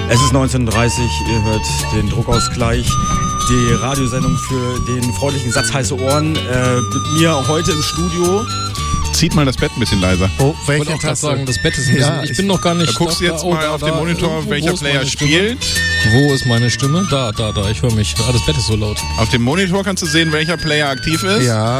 Es ist 19:30 Uhr, ihr hört den Druckausgleich, die Radiosendung für den freundlichen Satz heiße Ohren. Mit mir heute im Studio. Zieht mal das Bett ein bisschen leiser. Oh, welche ich wollte auch gerade Taste? sagen, das Bett ist ein bisschen... Ich bin noch gar nicht... Da guckst du jetzt mal auf dem Monitor, welcher Player spielt. Wo ist meine Stimme? Da, ich höre mich. Das Bett ist so laut. Auf dem Monitor kannst du sehen, welcher Player aktiv ist. Ja,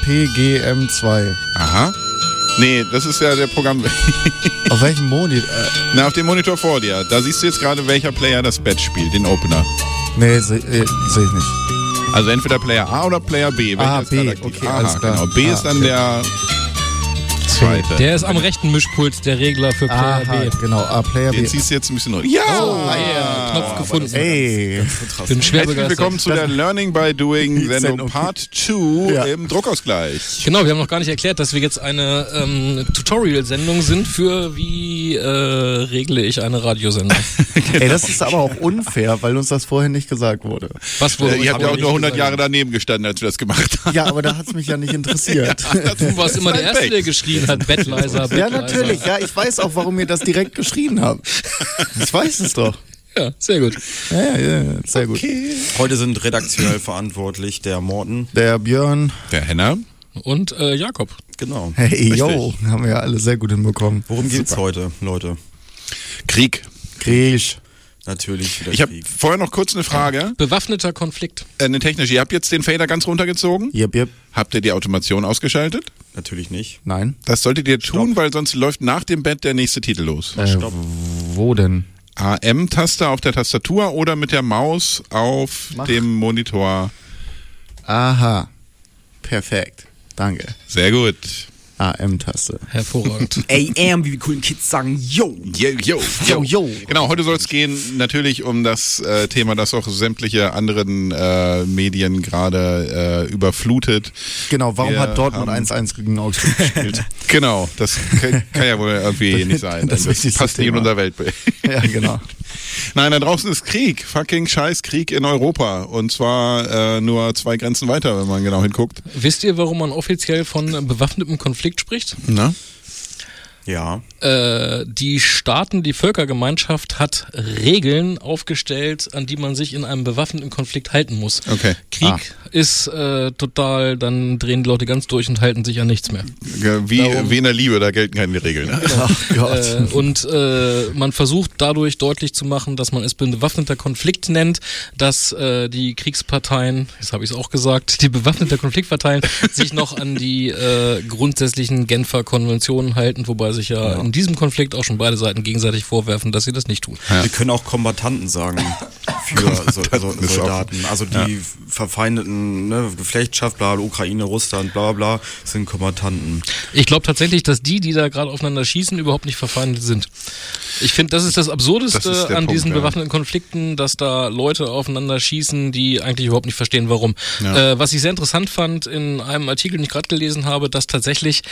PGM2. Aha. Nee, das ist ja der Programm... Auf welchem Monitor? Na, auf dem Monitor vor dir. Da siehst du jetzt gerade, welcher Player das Bett spielt, den Opener. Nee, seh ich nicht. Also entweder Player A oder Player B. Ah, ist B, gerade aktiv? okay, Aha, alles klar. genau. B ist dann der zweite. Der ist am rechten Mischpult, der Regler für Player B. Genau, Player Den B. ziehst du jetzt ein bisschen runter. Ja! Knopf gefunden. Ey, Bin schwer Herzlich begeistert. willkommen zu der Learning by Doing Sendung Sendung. Part 2 Ja. im Druckausgleich. Genau, wir haben noch gar nicht erklärt, dass wir jetzt eine Tutorial-Sendung sind für wie regle ich eine Radiosendung. ey, das ist aber auch unfair, weil uns das vorher nicht gesagt wurde. Was wurde Ihr habt ja auch nur 100 Jahre da. daneben gestanden, als wir das gemacht haben. Ja, aber da hat's mich ja nicht interessiert. Du warst immer der Erste, der geschrien hat, Bettleiser, Ja, natürlich. Ja, ich weiß auch, warum ihr das direkt geschrien habt. Ich weiß es doch. Ja, sehr gut. Ja, sehr gut. Heute sind redaktionell verantwortlich der Morten. Der Björn, Der Henner. Und Jakob. Genau. hey, yo, haben wir ja alle sehr gut hinbekommen. Worum geht's heute, Leute? Krieg. Krieg. Natürlich wieder Ich habe Krieg. vorher noch kurz eine Frage. Bewaffneter Konflikt. Eine technische. Ihr habt jetzt den Fader ganz runtergezogen. Yep. Habt ihr die Automation ausgeschaltet? Natürlich nicht. Nein. Das solltet ihr tun, weil sonst läuft nach dem Bett der nächste Titel los. Stopp. Wo denn? AM-Taste auf der Tastatur oder mit der Maus auf Mach. dem Monitor. Aha. Perfekt. Danke. Sehr gut. AM-Taste. Hervorragend. AM, wie die coolen Kids sagen, yo. Yo. Genau, heute soll es gehen natürlich um das Thema, das auch sämtliche anderen Medien gerade überflutet. Genau, warum Wir hat Dortmund haben- 1-1 gegen Augsburg gespielt? Genau, das kann ja wohl irgendwie nicht sein. das wichtigste passt nicht in Thema. unser Weltbild. Ja, genau. Nein, da draußen ist Krieg. Fucking scheiß Krieg in Europa. Und zwar nur 2 Grenzen weiter, wenn man genau hinguckt. Wisst ihr, warum man offiziell von bewaffnetem Konflikt spricht? Na? Ja. Die Staaten, die Völkergemeinschaft hat Regeln aufgestellt, an die man sich in einem bewaffneten Konflikt halten muss. Okay. Krieg ist total, dann drehen die Leute ganz durch und halten sich an nichts mehr. Wie Darum- in der Liebe, da gelten keine Regeln. Ne? Ach Gott. Und man versucht dadurch deutlich zu machen, dass man es bewaffneter Konflikt nennt, dass die Kriegsparteien, jetzt habe ich es auch gesagt, die bewaffneter Konfliktparteien sich noch an die grundsätzlichen Genfer Konventionen halten, wobei sich ja in diesem Konflikt auch schon beide Seiten gegenseitig vorwerfen, dass sie das nicht tun. Wir können auch Kombattanten sagen für Soldaten. Also die verfeindeten Gefechtschaft, bla, bla, Ukraine, Russland, bla bla, sind Kombattanten. Ich glaube tatsächlich, dass die da gerade aufeinander schießen, überhaupt nicht verfeindet sind. Ich finde, das ist das Absurdeste Das ist der an Punkt, diesen ja. bewaffneten Konflikten, dass da Leute aufeinander schießen, die eigentlich überhaupt nicht verstehen, warum. Ja. Was ich sehr interessant fand in einem Artikel, den ich gerade gelesen habe, dass tatsächlich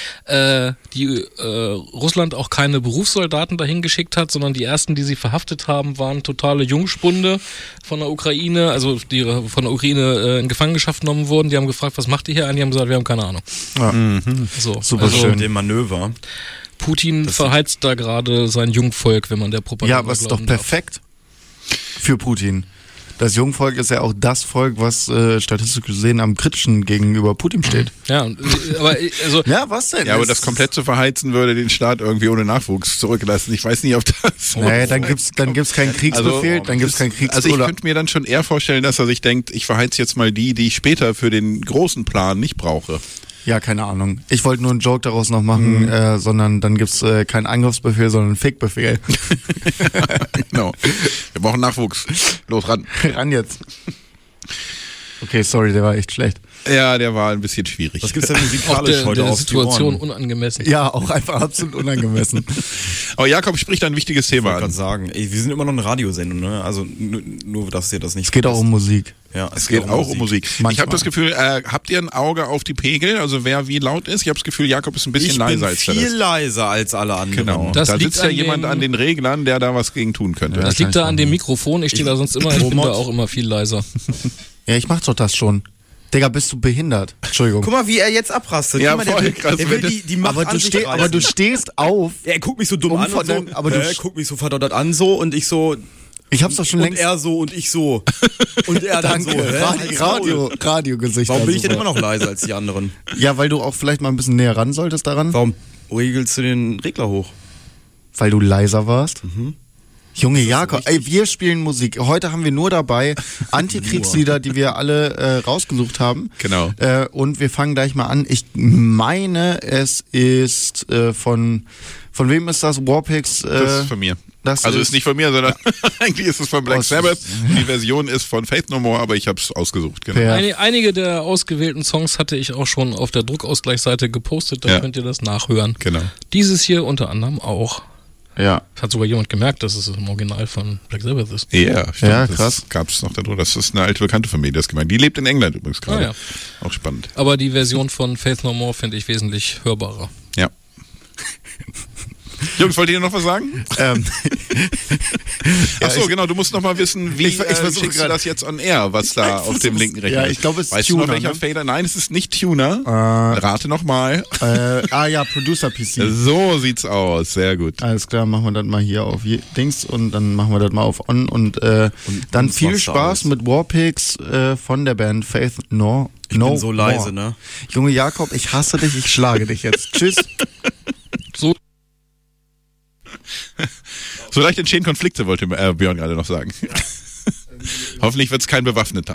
Russland auch keine Berufssoldaten dahin geschickt hat, sondern die ersten, die sie verhaftet haben, waren totale Jungspunde von der Ukraine, also die von der Ukraine in Gefangenschaft genommen wurden. Die haben gefragt, was macht ihr hier? Die haben gesagt, wir haben keine Ahnung. Ja. So, Super also, schön. Mit dem Manöver. Putin verheizt da gerade sein Jungvolk, wenn man der Propaganda Ja, aber es ist doch glauben darf. perfekt für Putin. Das Jungvolk ist ja auch das Volk, was statistisch gesehen am kritischen gegenüber Putin steht. Ja, aber also Ja, was denn? Ja, aber das komplett zu verheizen würde den Staat irgendwie ohne Nachwuchs zurücklassen. Ich weiß nicht, ob das... Nee, dann gibt's keinen Kriegsbefehl, dann gibt's keinen Kriegs- Also ich oder könnte mir dann schon eher vorstellen, dass er sich denkt, ich verheize jetzt mal die ich später für den großen Plan nicht brauche. ja, keine Ahnung. Ich wollte nur einen Joke daraus noch machen, sondern dann gibt's keinen Angriffsbefehl, sondern einen Fickbefehl. Genau. Wir brauchen Nachwuchs. Los, ran. Ran jetzt. Okay, sorry, der war echt schlecht. Ja, der war ein bisschen schwierig. Was gibt's denn auch musikalisch heute der auf die Situation Ohren? unangemessen. Ja, auch einfach absolut unangemessen. Aber Jakob spricht ein wichtiges Ich wollte Thema gerade an. sagen, ey, wir sind immer noch eine Radiosendung, ne? Also nur, dass ihr das nicht Es geht auch um Musik. Ja, Es geht auch um Musik. Manchmal. Ich habe das Gefühl, habt ihr ein Auge auf die Pegel? Also wer wie laut ist? Ich habe das Gefühl, Jakob ist ein bisschen Ich leiser bin als der viel Rest. leiser als alle anderen. Genau. Das Da liegt sitzt ja an jemand dem- an den Reglern, der da was gegen tun könnte. Das liegt da an dem Mikrofon. Ich stehe da sonst immer, ich bin da auch immer viel leiser. Ja, ich mach doch das schon. Digga, bist du behindert? Entschuldigung. Guck mal, wie er jetzt abrastet. Ja, Guck mal, voll der krass, will wenn die Macht an sich aber du reißen. stehst auf. Ja, er guckt mich so dumm Um an von und so. deinem- aber du er guckt mich so verdottert an so und ich so... Ich hab's doch schon längst... Und er so und ich so. Und er dann so. Radiogesichter. Warum bin ich denn immer noch leiser als die anderen? Ja, weil du auch vielleicht mal ein bisschen näher ran solltest daran. Warum regelst du den Regler hoch? Weil du leiser warst. Junge Jakob, ey, wir spielen Musik. Heute haben wir nur dabei Antikriegslieder, die wir alle rausgesucht haben. Genau. Und wir fangen gleich mal an. Ich meine, es ist von wem ist das? Warpix? Das ist von mir. Also ist nicht von mir, sondern eigentlich ist es von Black Sabbath. Die Version ist von Faith No More, aber ich habe es ausgesucht. Genau. Einige der ausgewählten Songs hatte ich auch schon auf der Druckausgleichsseite gepostet, da könnt ihr das nachhören. Genau. Dieses hier unter anderem auch. Ja. Das hat sogar jemand gemerkt, dass es im Original von Black Sabbath ist. Ja, stimmt. Ja, krass. Das gab es noch darüber. Das ist eine alte Bekannte von mir, die das gemeint. Die lebt in England übrigens gerade. Ja. Auch spannend. Aber die Version von Faith No More finde ich wesentlich hörbarer. Ja. Jungs, wollt ihr noch was sagen? Achso, genau, du musst noch mal wissen, wie schickst du das jetzt on air, was da auf dem linken Rechner ist. Ja, ich glaube, es ist Weißt Tuner. du noch, welcher Fader? Nein, es ist nicht Tuner. Rate noch mal. Producer PC. So sieht's aus, sehr gut. Alles klar, machen wir das mal hier auf Dings und dann machen wir das mal auf On und dann viel Spaß mit Warpix von der Band Faith No Ich bin so leise, ne? Junge Jakob, ich hasse dich, ich schlage dich jetzt. Tschüss. So leicht entstehen Konflikte, wollte Björn gerade noch sagen. Hoffentlich wird's kein Bewaffneter.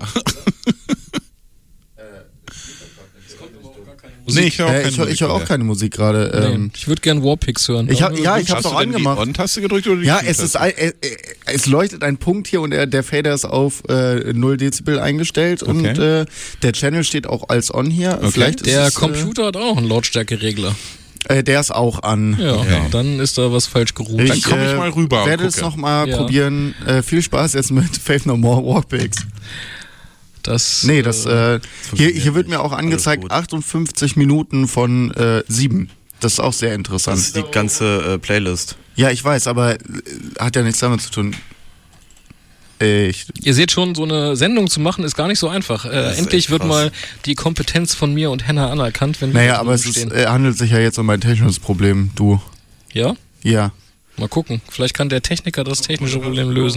Nee, ich höre auch keine Musik gerade. Ich würde gern Warpix hören. Ich hab's auch angemacht. Hast du die On-Taste gedrückt oder die Ja, es leuchtet ein Punkt hier und der Fader ist auf 0 Dezibel eingestellt und der Channel steht auch als On hier. Okay. Vielleicht Der ist Computer hat auch einen Lautstärkeregler. Der ist auch an. Ja, dann ist da was falsch gerufen. Dann komme ich mal rüber und werde es gucke. nochmal probieren. Viel Spaß jetzt mit Faith No More Warpix. Hier wird mir auch angezeigt 58 Minuten von 7. Das ist auch sehr interessant. Das ist die ganze Playlist. Ja, ich weiß, aber hat ja nichts damit zu tun. Ihr seht schon, so eine Sendung zu machen ist gar nicht so einfach. Endlich wird mal die Kompetenz von mir und Henna anerkannt, wenn wir Naja, aber es handelt sich ja jetzt um ein technisches Problem, du. Ja? Ja. Mal gucken. Vielleicht kann der Techniker das technische Problem lösen.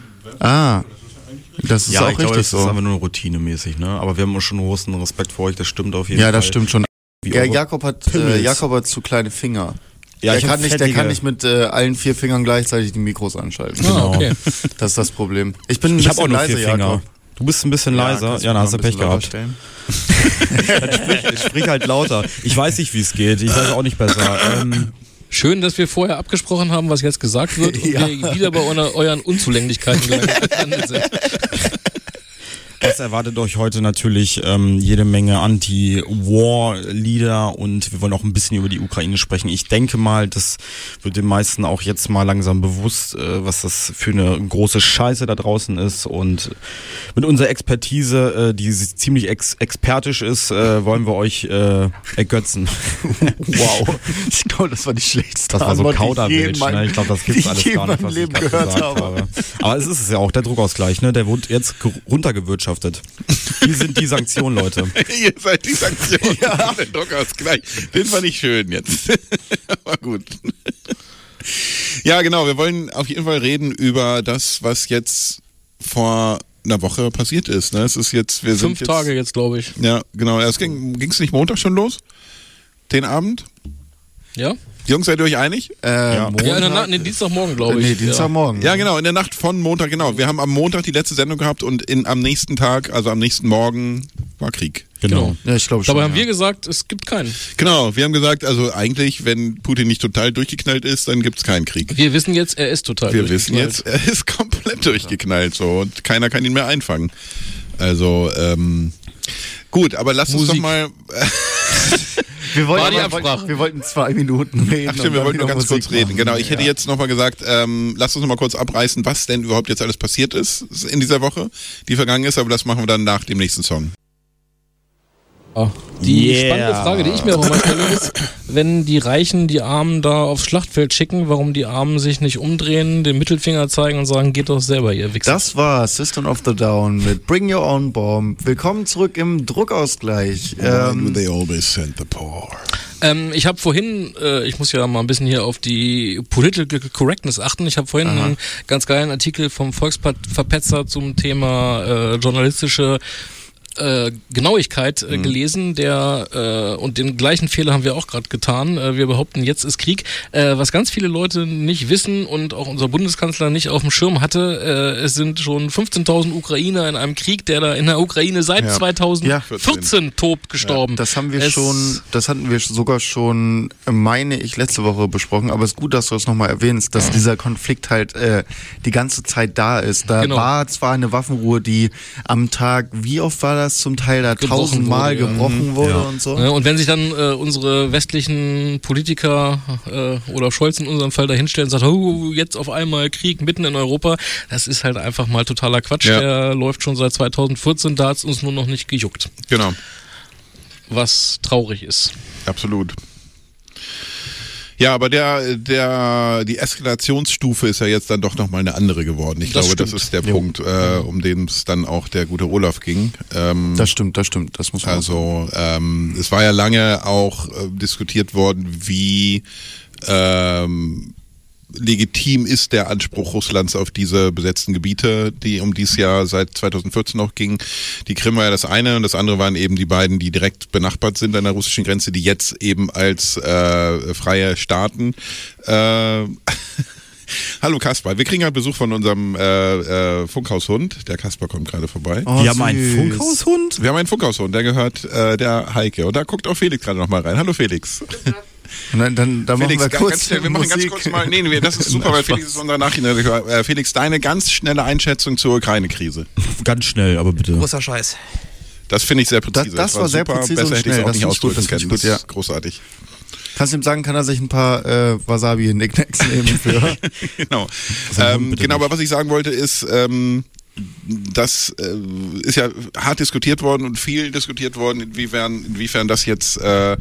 Das ist ja, auch ich glaube, richtig das ist so. einfach nur routinemäßig, ne? Aber wir haben auch schon großen Respekt vor euch, das stimmt auf jeden Fall. Ja, das stimmt schon. Ja, Jakob hat zu kleine Finger. Ja, der kann nicht mit allen 4 Fingern gleichzeitig die Mikros anschalten. Okay. Das ist das Problem. Ich habe auch nur 4 Finger. Jakob. Du bist ein bisschen leiser. Ja, dann hast du Pech gehabt. Sprich halt lauter. Ich weiß nicht, wie es geht. Ich weiß auch nicht besser. Schön, dass wir vorher abgesprochen haben, was jetzt gesagt wird und wir wieder bei euren Unzulänglichkeiten gelandet sind. Das erwartet euch heute natürlich jede Menge Anti-War-Lieder und wir wollen auch ein bisschen über die Ukraine sprechen. Ich denke mal, das wird den meisten auch jetzt mal langsam bewusst, was das für eine große Scheiße da draußen ist und mit unserer Expertise, die ziemlich expertisch ist, wollen wir euch ergötzen. Wow. Ich glaube, das war die schlechteste Das war so Antwort, Kauderwelsch, ne? Ich glaube, das gibt's alles gar nicht, was ich gerade gesagt habe. Aber es ist es ja auch, der Druckausgleich, ne? Der wird jetzt runtergewirtschaftet. Wir sind die Sanktion, Leute. Ihr seid die Sanktion. Ja. Der Druckausgleich. Den fand ich schön jetzt. Aber gut. Ja, genau. Wir wollen auf jeden Fall reden über das, was jetzt vor einer Woche passiert ist. Ne? Es ist jetzt, 5 Tage jetzt, glaube ich. Ja, genau. Es ging's nicht Montag schon los? Den Abend? Ja. Jungs, seid ihr euch einig? Dienstagmorgen, glaube ich. Nee, Dienstagmorgen. Ja, genau, in der Nacht von Montag, genau. Wir haben am Montag die letzte Sendung gehabt und am nächsten Tag, also am nächsten Morgen, war Krieg. Genau. Ja, ich glaube schon. Dabei haben wir gesagt, es gibt keinen. Genau, wir haben gesagt, also eigentlich, wenn Putin nicht total durchgeknallt ist, dann gibt's keinen Krieg. Wir wissen jetzt, er ist total durchgeknallt. Wir wissen jetzt, er ist komplett durchgeknallt so und keiner kann ihn mehr einfangen. Also, gut, aber lasst uns doch mal... Wir wollten 2 Minuten reden. Ach stimmt, wir wollten nur ganz kurz reden. Genau, ich hätte jetzt nochmal gesagt, lasst uns nochmal kurz abreißen, was denn überhaupt jetzt alles passiert ist in dieser Woche, die vergangen ist, aber das machen wir dann nach dem nächsten Song. Die spannende Frage, die ich mir auch immer stelle, ist, wenn die Reichen die Armen da aufs Schlachtfeld schicken, warum die Armen sich nicht umdrehen, den Mittelfinger zeigen und sagen, geht doch selber, ihr Wichser. Das war System of the Down mit Bring Your Own Bomb. Willkommen zurück im Druckausgleich. They always send the poor. Ich habe vorhin, ich muss ja mal ein bisschen hier auf die Political Correctness achten, ich habe vorhin einen ganz geilen Artikel vom Volksverpetzer zum Thema journalistische Genauigkeit gelesen, der und den gleichen Fehler haben wir auch gerade getan. Wir behaupten, jetzt ist Krieg. Was ganz viele Leute nicht wissen und auch unser Bundeskanzler nicht auf dem Schirm hatte, es sind schon 15.000 Ukrainer in einem Krieg, der da in der Ukraine seit 2014 tobt, gestorben. Ja, das hatten wir sogar schon, meine ich, letzte Woche besprochen, aber es ist gut, dass du das nochmal erwähnst, dass dieser Konflikt halt die ganze Zeit da ist. Da war zwar eine Waffenruhe, die am Tag, wie oft war das zum Teil da 1000-mal gebrochen wurde und so. Und wenn sich dann unsere westlichen Politiker oder Scholz in unserem Fall da hinstellen und sagt, oh, jetzt auf einmal Krieg mitten in Europa, das ist halt einfach mal totaler Quatsch. Ja. Der läuft schon seit 2014, da hat es uns nur noch nicht gejuckt. Genau. Was traurig ist. Absolut. Ja, aber die Eskalationsstufe ist ja jetzt dann doch nochmal eine andere geworden. Ich glaube, das ist der Punkt, um den es dann auch der gute Olaf ging. Das stimmt, das muss man sagen. Es war ja lange auch diskutiert worden, wie legitim ist der Anspruch Russlands auf diese besetzten Gebiete, um die es ja seit 2014 noch ging. Die Krim war ja das eine und das andere waren eben die beiden, die direkt benachbart sind an der russischen Grenze, die jetzt eben als freie Staaten Hallo Kaspar, wir kriegen halt Besuch von unserem Funkhaushund. Der Kaspar kommt gerade vorbei. Wir haben einen Funkhaushund? Wir haben einen Funkhaushund, der gehört der Heike. Und da guckt auch Felix gerade nochmal rein. Hallo Felix. Und dann Felix, machen wir kurz wir machen ganz kurz mal, nee, das ist super, weil Felix ist unser Nachrichten. Felix, deine ganz schnelle Einschätzung zur Ukraine-Krise. Ganz schnell, aber bitte. Großer Scheiß. Das finde ich sehr präzise. Das war sehr super. präzise Besser und hätte ich schnell. es auch nicht ausdrücken können. Das ist großartig. Kannst du ihm sagen, kann er sich ein paar Wasabi-Nicknacks nehmen für? Genau. Genau, aber was ich sagen wollte ist, das ist ja hart diskutiert worden und viel diskutiert worden, inwiefern das jetzt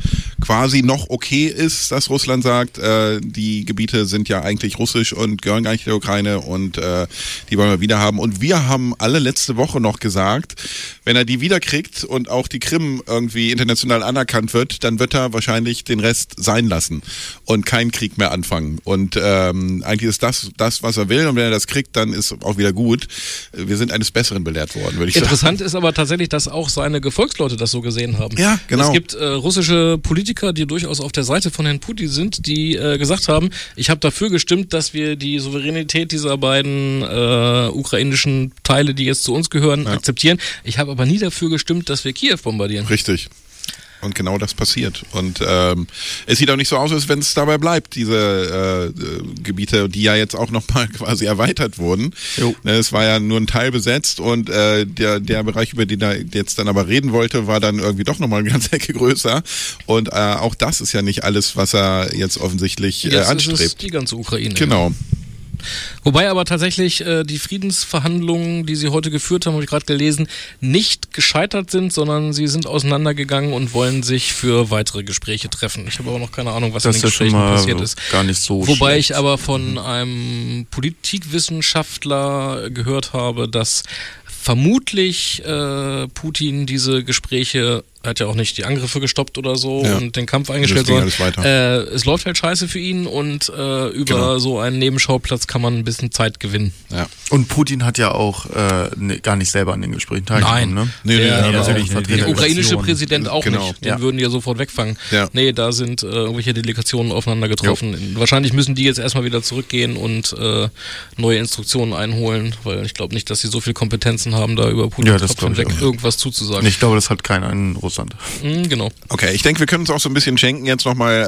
quasi noch okay ist, dass Russland sagt, die Gebiete sind ja eigentlich russisch und gehören gar nicht der Ukraine und die wollen wir wieder haben. Und wir haben alle letzte Woche noch gesagt, wenn er die wiederkriegt und auch die Krim irgendwie international anerkannt wird, dann wird er wahrscheinlich den Rest sein lassen und keinen Krieg mehr anfangen. Und eigentlich ist das, was er will und wenn er das kriegt, dann ist auch wieder gut. Wir sind eines Besseren belehrt worden, würde ich sagen. Interessant ist aber tatsächlich, dass auch seine Gefolgsleute das so gesehen haben. Ja, genau. Es gibt russische Politiker, die durchaus auf der Seite von Herrn Putin sind, die gesagt haben, ich habe dafür gestimmt, dass wir die Souveränität dieser beiden ukrainischen Teile, die jetzt zu uns gehören, akzeptieren. Ich habe aber nie dafür gestimmt, dass wir Kiew bombardieren. Richtig. Und genau das passiert. Und es sieht auch nicht so aus, als wenn es dabei bleibt, diese Gebiete, die ja jetzt auch nochmal quasi erweitert wurden. Jo. Es war ja nur ein Teil besetzt und der Bereich, über den er jetzt dann aber reden wollte, war dann irgendwie doch nochmal eine ganze Ecke größer. Und auch das ist ja nicht alles, was er jetzt offensichtlich anstrebt. Ist es die ganze Ukraine. Genau. Ja. Wobei aber tatsächlich die Friedensverhandlungen, die sie heute geführt haben, habe ich gerade gelesen, nicht gescheitert sind, sondern sie sind auseinandergegangen und wollen sich für weitere Gespräche treffen. Ich habe aber noch keine Ahnung, was in den Gesprächen passiert ist. Gar nicht so Wobei schlecht. ich aber von einem Politikwissenschaftler gehört habe, dass vermutlich Putin diese Gespräche, er hat ja auch nicht die Angriffe gestoppt oder so und den Kampf eingestellt, sondern es läuft halt scheiße für ihn und über so einen Nebenschauplatz kann man ein bisschen Zeit gewinnen. Ja. Und Putin hat ja auch gar nicht selber an den Gesprächen teilgenommen. Nein, ne? Der ukrainische Präsident auch genau. nicht. Den würden die ja sofort wegfangen. Ja. Nee, da sind irgendwelche Delegationen aufeinander getroffen. Jo. Wahrscheinlich müssen die jetzt erstmal wieder zurückgehen und neue Instruktionen einholen, weil ich glaube nicht, dass sie so viel Kompetenzen haben, da über Putins Kopf hinweg irgendwas zuzusagen. Ich glaube, das hat keiner in Russland. Genau. Okay, ich denke, wir können uns auch so ein bisschen schenken, jetzt nochmal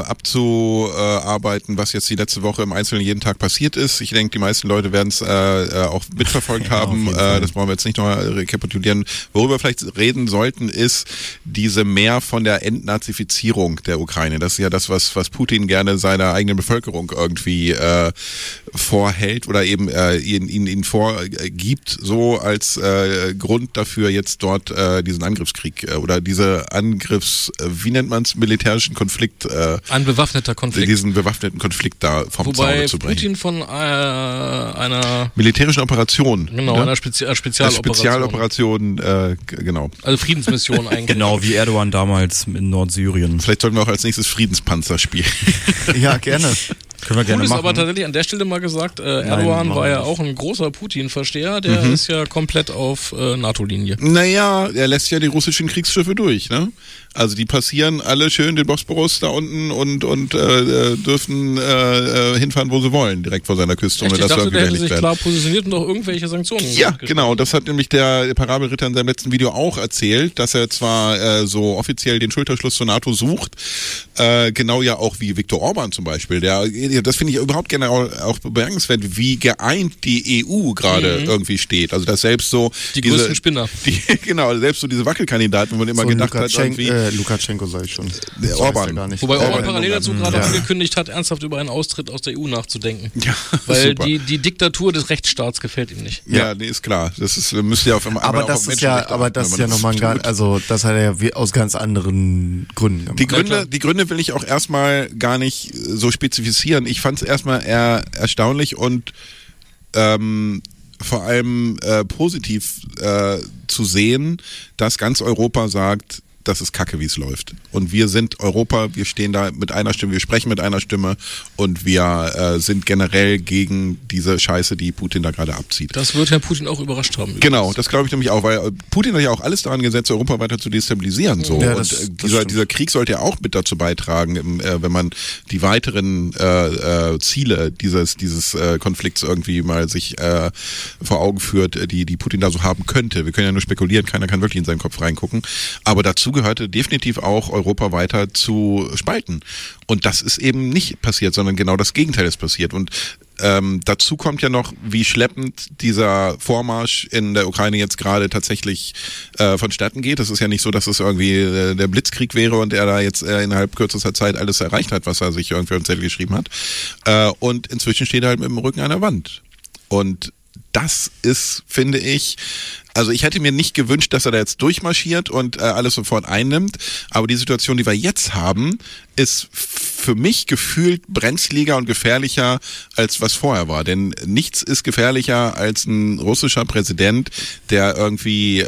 abzuarbeiten, was jetzt die letzte Woche im Einzelnen jeden Tag passiert ist. Ich denke, die meisten Leute werden es auch mitverfolgt haben. Das wollen wir jetzt nicht nochmal rekapitulieren. Worüber wir vielleicht reden sollten, ist diese mehr von der Entnazifizierung der Ukraine. Das ist ja das, was Putin gerne seiner eigenen Bevölkerung irgendwie vorhält oder eben ihn vorgibt, so als Grund dafür jetzt dort diesen Angriffskrieg oder diese wie nennt man es, militärischen Konflikt. Ein bewaffneter Konflikt. Diesen bewaffneten Konflikt da vom Zaune zu bringen. Putin von einer militärischen Operation. Genau, einer Spezialoperation. Genau. Also Friedensmission eigentlich. Genau, wie Erdogan damals in Nordsyrien. Vielleicht sollten wir auch als nächstes Friedenspanzer spielen. Ja, gerne. Können wir gerne Cool ist machen. aber tatsächlich an der Stelle mal gesagt, Erdogan war ja auch ein großer Putin-Versteher, der ist ja komplett auf NATO-Linie. Naja, er lässt ja die russischen Kriegsschiffe durch, ne? Also die passieren alle schön den Bosporus da unten und dürfen hinfahren, wo sie wollen, direkt vor seiner Küste, ohne Ich dass dachte, irgendwie der hätte behelligt sich werden. klar positioniert und auch irgendwelche Sanktionen. Ja, genau. Das hat nämlich der Parabelritter in seinem letzten Video auch erzählt, dass er zwar so offiziell den Schulterschluss zur NATO sucht, genau ja auch wie Viktor Orban zum Beispiel. Das finde ich überhaupt generell auch bemerkenswert, wie geeint die EU gerade irgendwie steht. Also dass selbst so die größten Spinner. Genau, selbst so diese Wackelkandidaten, wo man immer gedacht hat, irgendwie Lukaschenko sage ich schon. Orban. Gar nicht. Wobei Orban parallel dazu gerade angekündigt hat, ernsthaft über einen Austritt aus der EU nachzudenken. Ja, weil super. die Diktatur des Rechtsstaats gefällt ihm nicht. Ja, nee, ist klar. Das müsste ja auf einmal Aber das ist ja nochmal das hat er ja aus ganz anderen Gründen gemacht. Die Gründe will ich auch erstmal gar nicht so spezifizieren. Ich fand es erstmal eher erstaunlich und vor allem positiv zu sehen, dass ganz Europa sagt, das ist Kacke, wie es läuft. Und wir sind Europa, wir stehen da mit einer Stimme, wir sprechen mit einer Stimme und wir sind generell gegen diese Scheiße, die Putin da gerade abzieht. Das wird Herr Putin auch überrascht haben. Genau, das glaube ich nämlich auch, weil Putin hat ja auch alles daran gesetzt, Europa weiter zu destabilisieren. So. Ja, und dieser Krieg sollte ja auch mit dazu beitragen, wenn man die weiteren Ziele dieses Konflikts irgendwie mal sich vor Augen führt, die Putin da so haben könnte. Wir können ja nur spekulieren, keiner kann wirklich in seinen Kopf reingucken. Aber dazu gehörte definitiv auch, Europa weiter zu spalten. Und das ist eben nicht passiert, sondern genau das Gegenteil ist passiert. Und dazu kommt ja noch, wie schleppend dieser Vormarsch in der Ukraine jetzt gerade tatsächlich vonstatten geht. Es ist ja nicht so, dass es irgendwie der Blitzkrieg wäre und er da jetzt innerhalb kürzester Zeit alles erreicht hat, was er sich irgendwie auf den Zettel geschrieben hat. Und inzwischen steht er halt mit dem Rücken an der Wand. Und das ist, finde ich, also ich hätte mir nicht gewünscht, dass er da jetzt durchmarschiert und alles sofort einnimmt, aber die Situation, die wir jetzt haben, ist für mich gefühlt brenzliger und gefährlicher, als was vorher war. Denn nichts ist gefährlicher als ein russischer Präsident, der irgendwie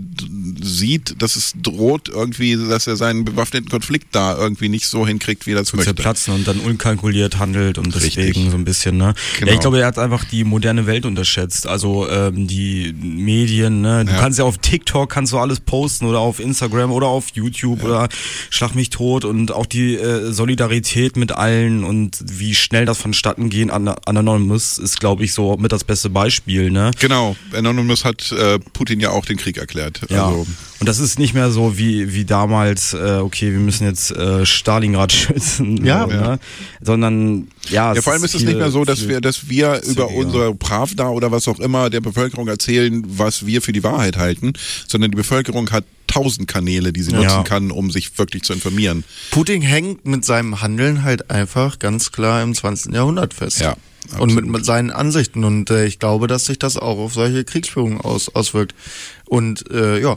sieht, dass es droht irgendwie, dass er seinen bewaffneten Konflikt da irgendwie nicht so hinkriegt, wie er das möchte. Zerplatzen und dann unkalkuliert handelt und deswegen Richtig. so ein bisschen, ne? Genau. Ja, ich glaube, er hat einfach die moderne Welt unterschätzt. Also die Medien, ne? Du kannst ja auf TikTok kannst du alles posten oder auf Instagram oder auf YouTube oder Schlag mich tot und auch die Solidarität mit allen und wie schnell das vonstatten gehen. Anonymous ist, glaube ich, so mit das beste Beispiel, ne? Genau, Anonymous hat Putin ja auch den Krieg erklärt. Ja. Also, und das ist nicht mehr so wie damals, okay, wir müssen jetzt Stalingrad schützen, Ja, so, ne? Sondern ja, vor allem ist es nicht mehr so, dass wir über unsere Pravda oder was auch immer der Bevölkerung erzählen, was wir für die Wahrheit halten, sondern die Bevölkerung hat 1000 Kanäle, die sie nutzen kann, um sich wirklich zu informieren. Putin hängt mit seinem Handeln halt einfach ganz klar im 20. Jahrhundert fest. Ja. Und mit seinen Ansichten. Und ich glaube, dass sich das auch auf solche Kriegsführungen auswirkt. Und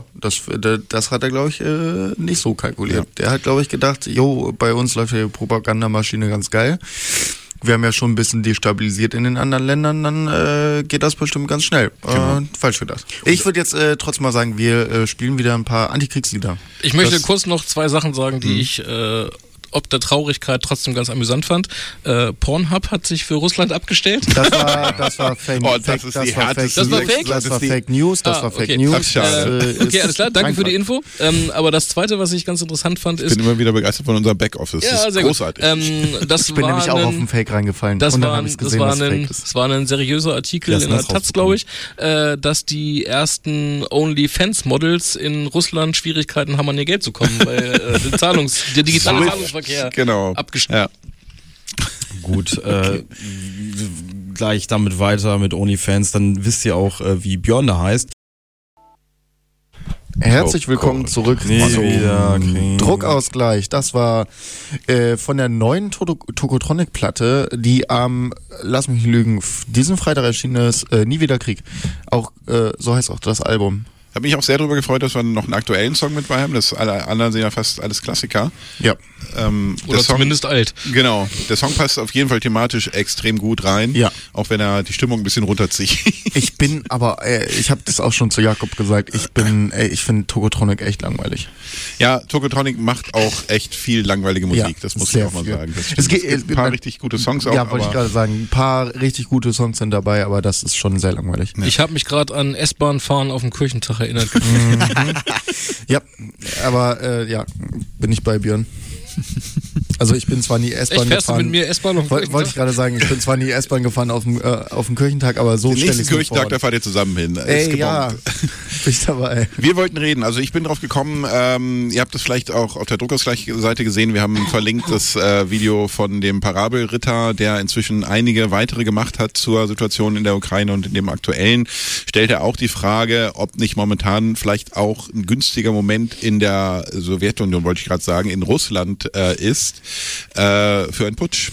das hat er, glaube ich, nicht so kalkuliert. Ja. Der hat, glaube ich, gedacht, bei uns läuft die Propagandamaschine ganz geil. Wir haben ja schon ein bisschen destabilisiert in den anderen Ländern, dann geht das bestimmt ganz schnell. Genau. Falsch gedacht. Ich würde jetzt trotzdem mal sagen, wir spielen wieder ein paar Antikriegslieder. Ich möchte kurz noch 2 Sachen sagen, die ich ob der Traurigkeit trotzdem ganz amüsant fand. Pornhub hat sich für Russland abgestellt. Das war Fake News. Das ist die härteste. Das war Fake? Das war Fake News. Okay. News. Okay, alles klar. Danke für die Info. Aber das Zweite, was ich ganz interessant fand, ist... Ich bin immer wieder begeistert von unserem Backoffice. Ja, das ist sehr großartig. Gut. Ich bin nämlich auch auf den Fake reingefallen. Das und dann war, habe ich gesehen, dass es fake ist. das war ein seriöser Artikel in der Taz, glaube ich, dass die ersten OnlyFans-Models in Russland Schwierigkeiten haben, an ihr Geld zu kommen, weil der digitale Zahlungsverkehr abgeschnitten. Ja. Gut, gleich damit weiter mit OnlyFans, dann wisst ihr auch, wie Björn da heißt. Herzlich willkommen zurück zum Druckausgleich. Das war von der neuen Tokotronic-Platte, die am, lass mich nicht lügen, diesen Freitag erschienen ist, Nie wieder Krieg. Auch, so heißt auch das Album. Habe mich auch sehr darüber gefreut, dass wir noch einen aktuellen Song mit bei haben. Das alle anderen sind ja fast alles Klassiker. Ja. Oder Song, zumindest alt. Genau. Der Song passt auf jeden Fall thematisch extrem gut rein. Ja. Auch wenn er die Stimmung ein bisschen runterzieht. Ich bin aber, ich habe das auch schon zu Jakob gesagt, ich finde Tokotronic echt langweilig. Ja, Tokotronic macht auch echt viel langweilige Musik. Ja, das muss ich auch mal sagen. Es gibt ein paar richtig gute Songs auch. Ja, wollte ich gerade sagen. Ein paar richtig gute Songs sind dabei, aber das ist schon sehr langweilig. Ja. Ich habe mich gerade an S-Bahn-Fahren auf dem Kirchentag erinnert. Ja, aber bin ich bei Björn. Also ich bin zwar nie S-Bahn gefahren. Du mit mir S-Bahn wollte ich gerade sagen, ich bin zwar nie S-Bahn gefahren auf dem Kirchentag, aber so stelle ich es mir vor. Den nächsten Kirchentag, da fahrt ihr zusammen hin. Ey, ja, bin ich dabei. Wir wollten reden, also ich bin drauf gekommen, ihr habt das vielleicht auch auf der Druckausgleich-Seite gesehen, wir haben verlinkt das Video von dem Parabelritter, der inzwischen einige weitere gemacht hat zur Situation in der Ukraine und in dem aktuellen, stellt er auch die Frage, ob nicht momentan vielleicht auch ein günstiger Moment in der Sowjetunion, wollte ich gerade sagen, in Russland ist, für einen Putsch.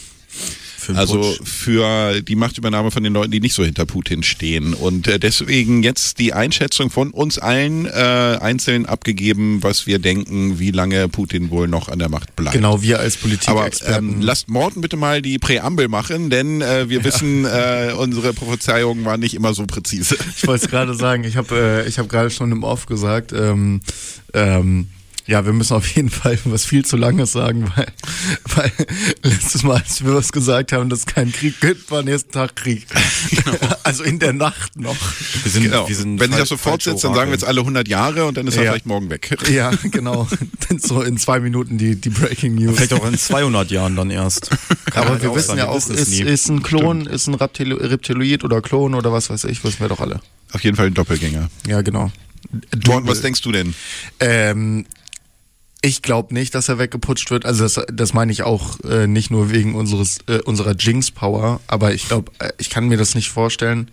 Für die Machtübernahme von den Leuten, die nicht so hinter Putin stehen. Und deswegen jetzt die Einschätzung von uns allen einzeln abgegeben, was wir denken, wie lange Putin wohl noch an der Macht bleibt. Genau, wir als Politikexperten. Aber lasst Morten bitte mal die Präambel machen, denn wir wissen, unsere Prophezeiungen waren nicht immer so präzise. Ich wollte es gerade sagen, ich hab gerade schon im Off gesagt, ja, wir müssen auf jeden Fall was viel zu Langes sagen, weil letztes Mal, als wir was gesagt haben, dass es keinen Krieg gibt, war nächsten Tag Krieg. Genau. Also in der Nacht noch. Wir sind wenn sich das so fortsetzt, dann sagen wir jetzt alle 100 Jahre und dann ist er vielleicht morgen weg. Ja, genau. So in 2 Minuten die Breaking News. Vielleicht auch in 200 Jahren dann erst. Aber wir wissen ja auch, ist ein Klon, stimmt, ist ein Reptiloid oder Klon oder was weiß ich, wissen wir doch alle. Auf jeden Fall ein Doppelgänger. Ja, genau. Morten, was denkst du denn? Ich glaube nicht, dass er weggeputscht wird. Also das meine ich auch nicht nur wegen unserer Jinx-Power, aber ich glaube, ich kann mir das nicht vorstellen,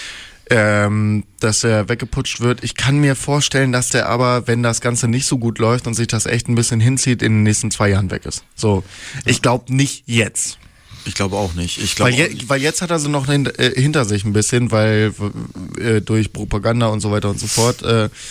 dass er weggeputscht wird. Ich kann mir vorstellen, dass der aber, wenn das Ganze nicht so gut läuft und sich das echt ein bisschen hinzieht, in den nächsten 2 Jahren weg ist. So, ich glaube nicht jetzt. Ich glaube auch nicht. Weil jetzt hat er sie noch hinter sich ein bisschen, weil durch Propaganda und so weiter und so fort.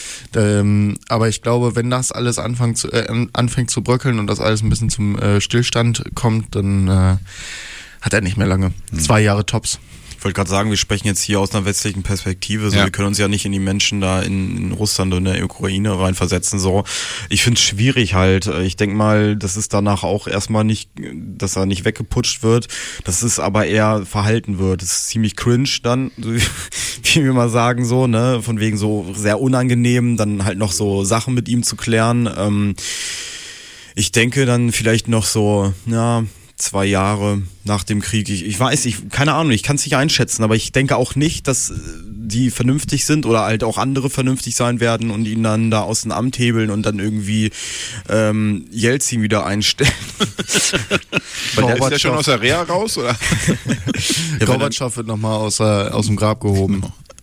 Aber ich glaube, wenn das alles anfängt zu bröckeln und das alles ein bisschen zum Stillstand kommt, dann hat er nicht mehr lange. 2 Jahre tops. Ich wollte gerade sagen, wir sprechen jetzt hier aus einer westlichen Perspektive, so wir können uns ja nicht in die Menschen da in Russland und in der Ukraine reinversetzen. So, ich finde es schwierig halt. Ich denke mal, das ist danach auch erstmal nicht, dass er nicht weggeputscht wird, dass es aber eher verhalten wird. Das ist ziemlich cringe dann, wie wir mal sagen, so, ne, von wegen so sehr unangenehm, dann halt noch so Sachen mit ihm zu klären. Ich denke dann vielleicht noch so, 2 Jahre nach dem Krieg. Ich weiß, keine Ahnung, ich kann es nicht einschätzen, aber ich denke auch nicht, dass die vernünftig sind oder halt auch andere vernünftig sein werden und ihn dann da aus dem Amt hebeln und dann irgendwie Jelzin wieder einstellen. Der ist ja schon aus der Reha raus, oder? Gorbatschow wird nochmal aus dem Grab gehoben.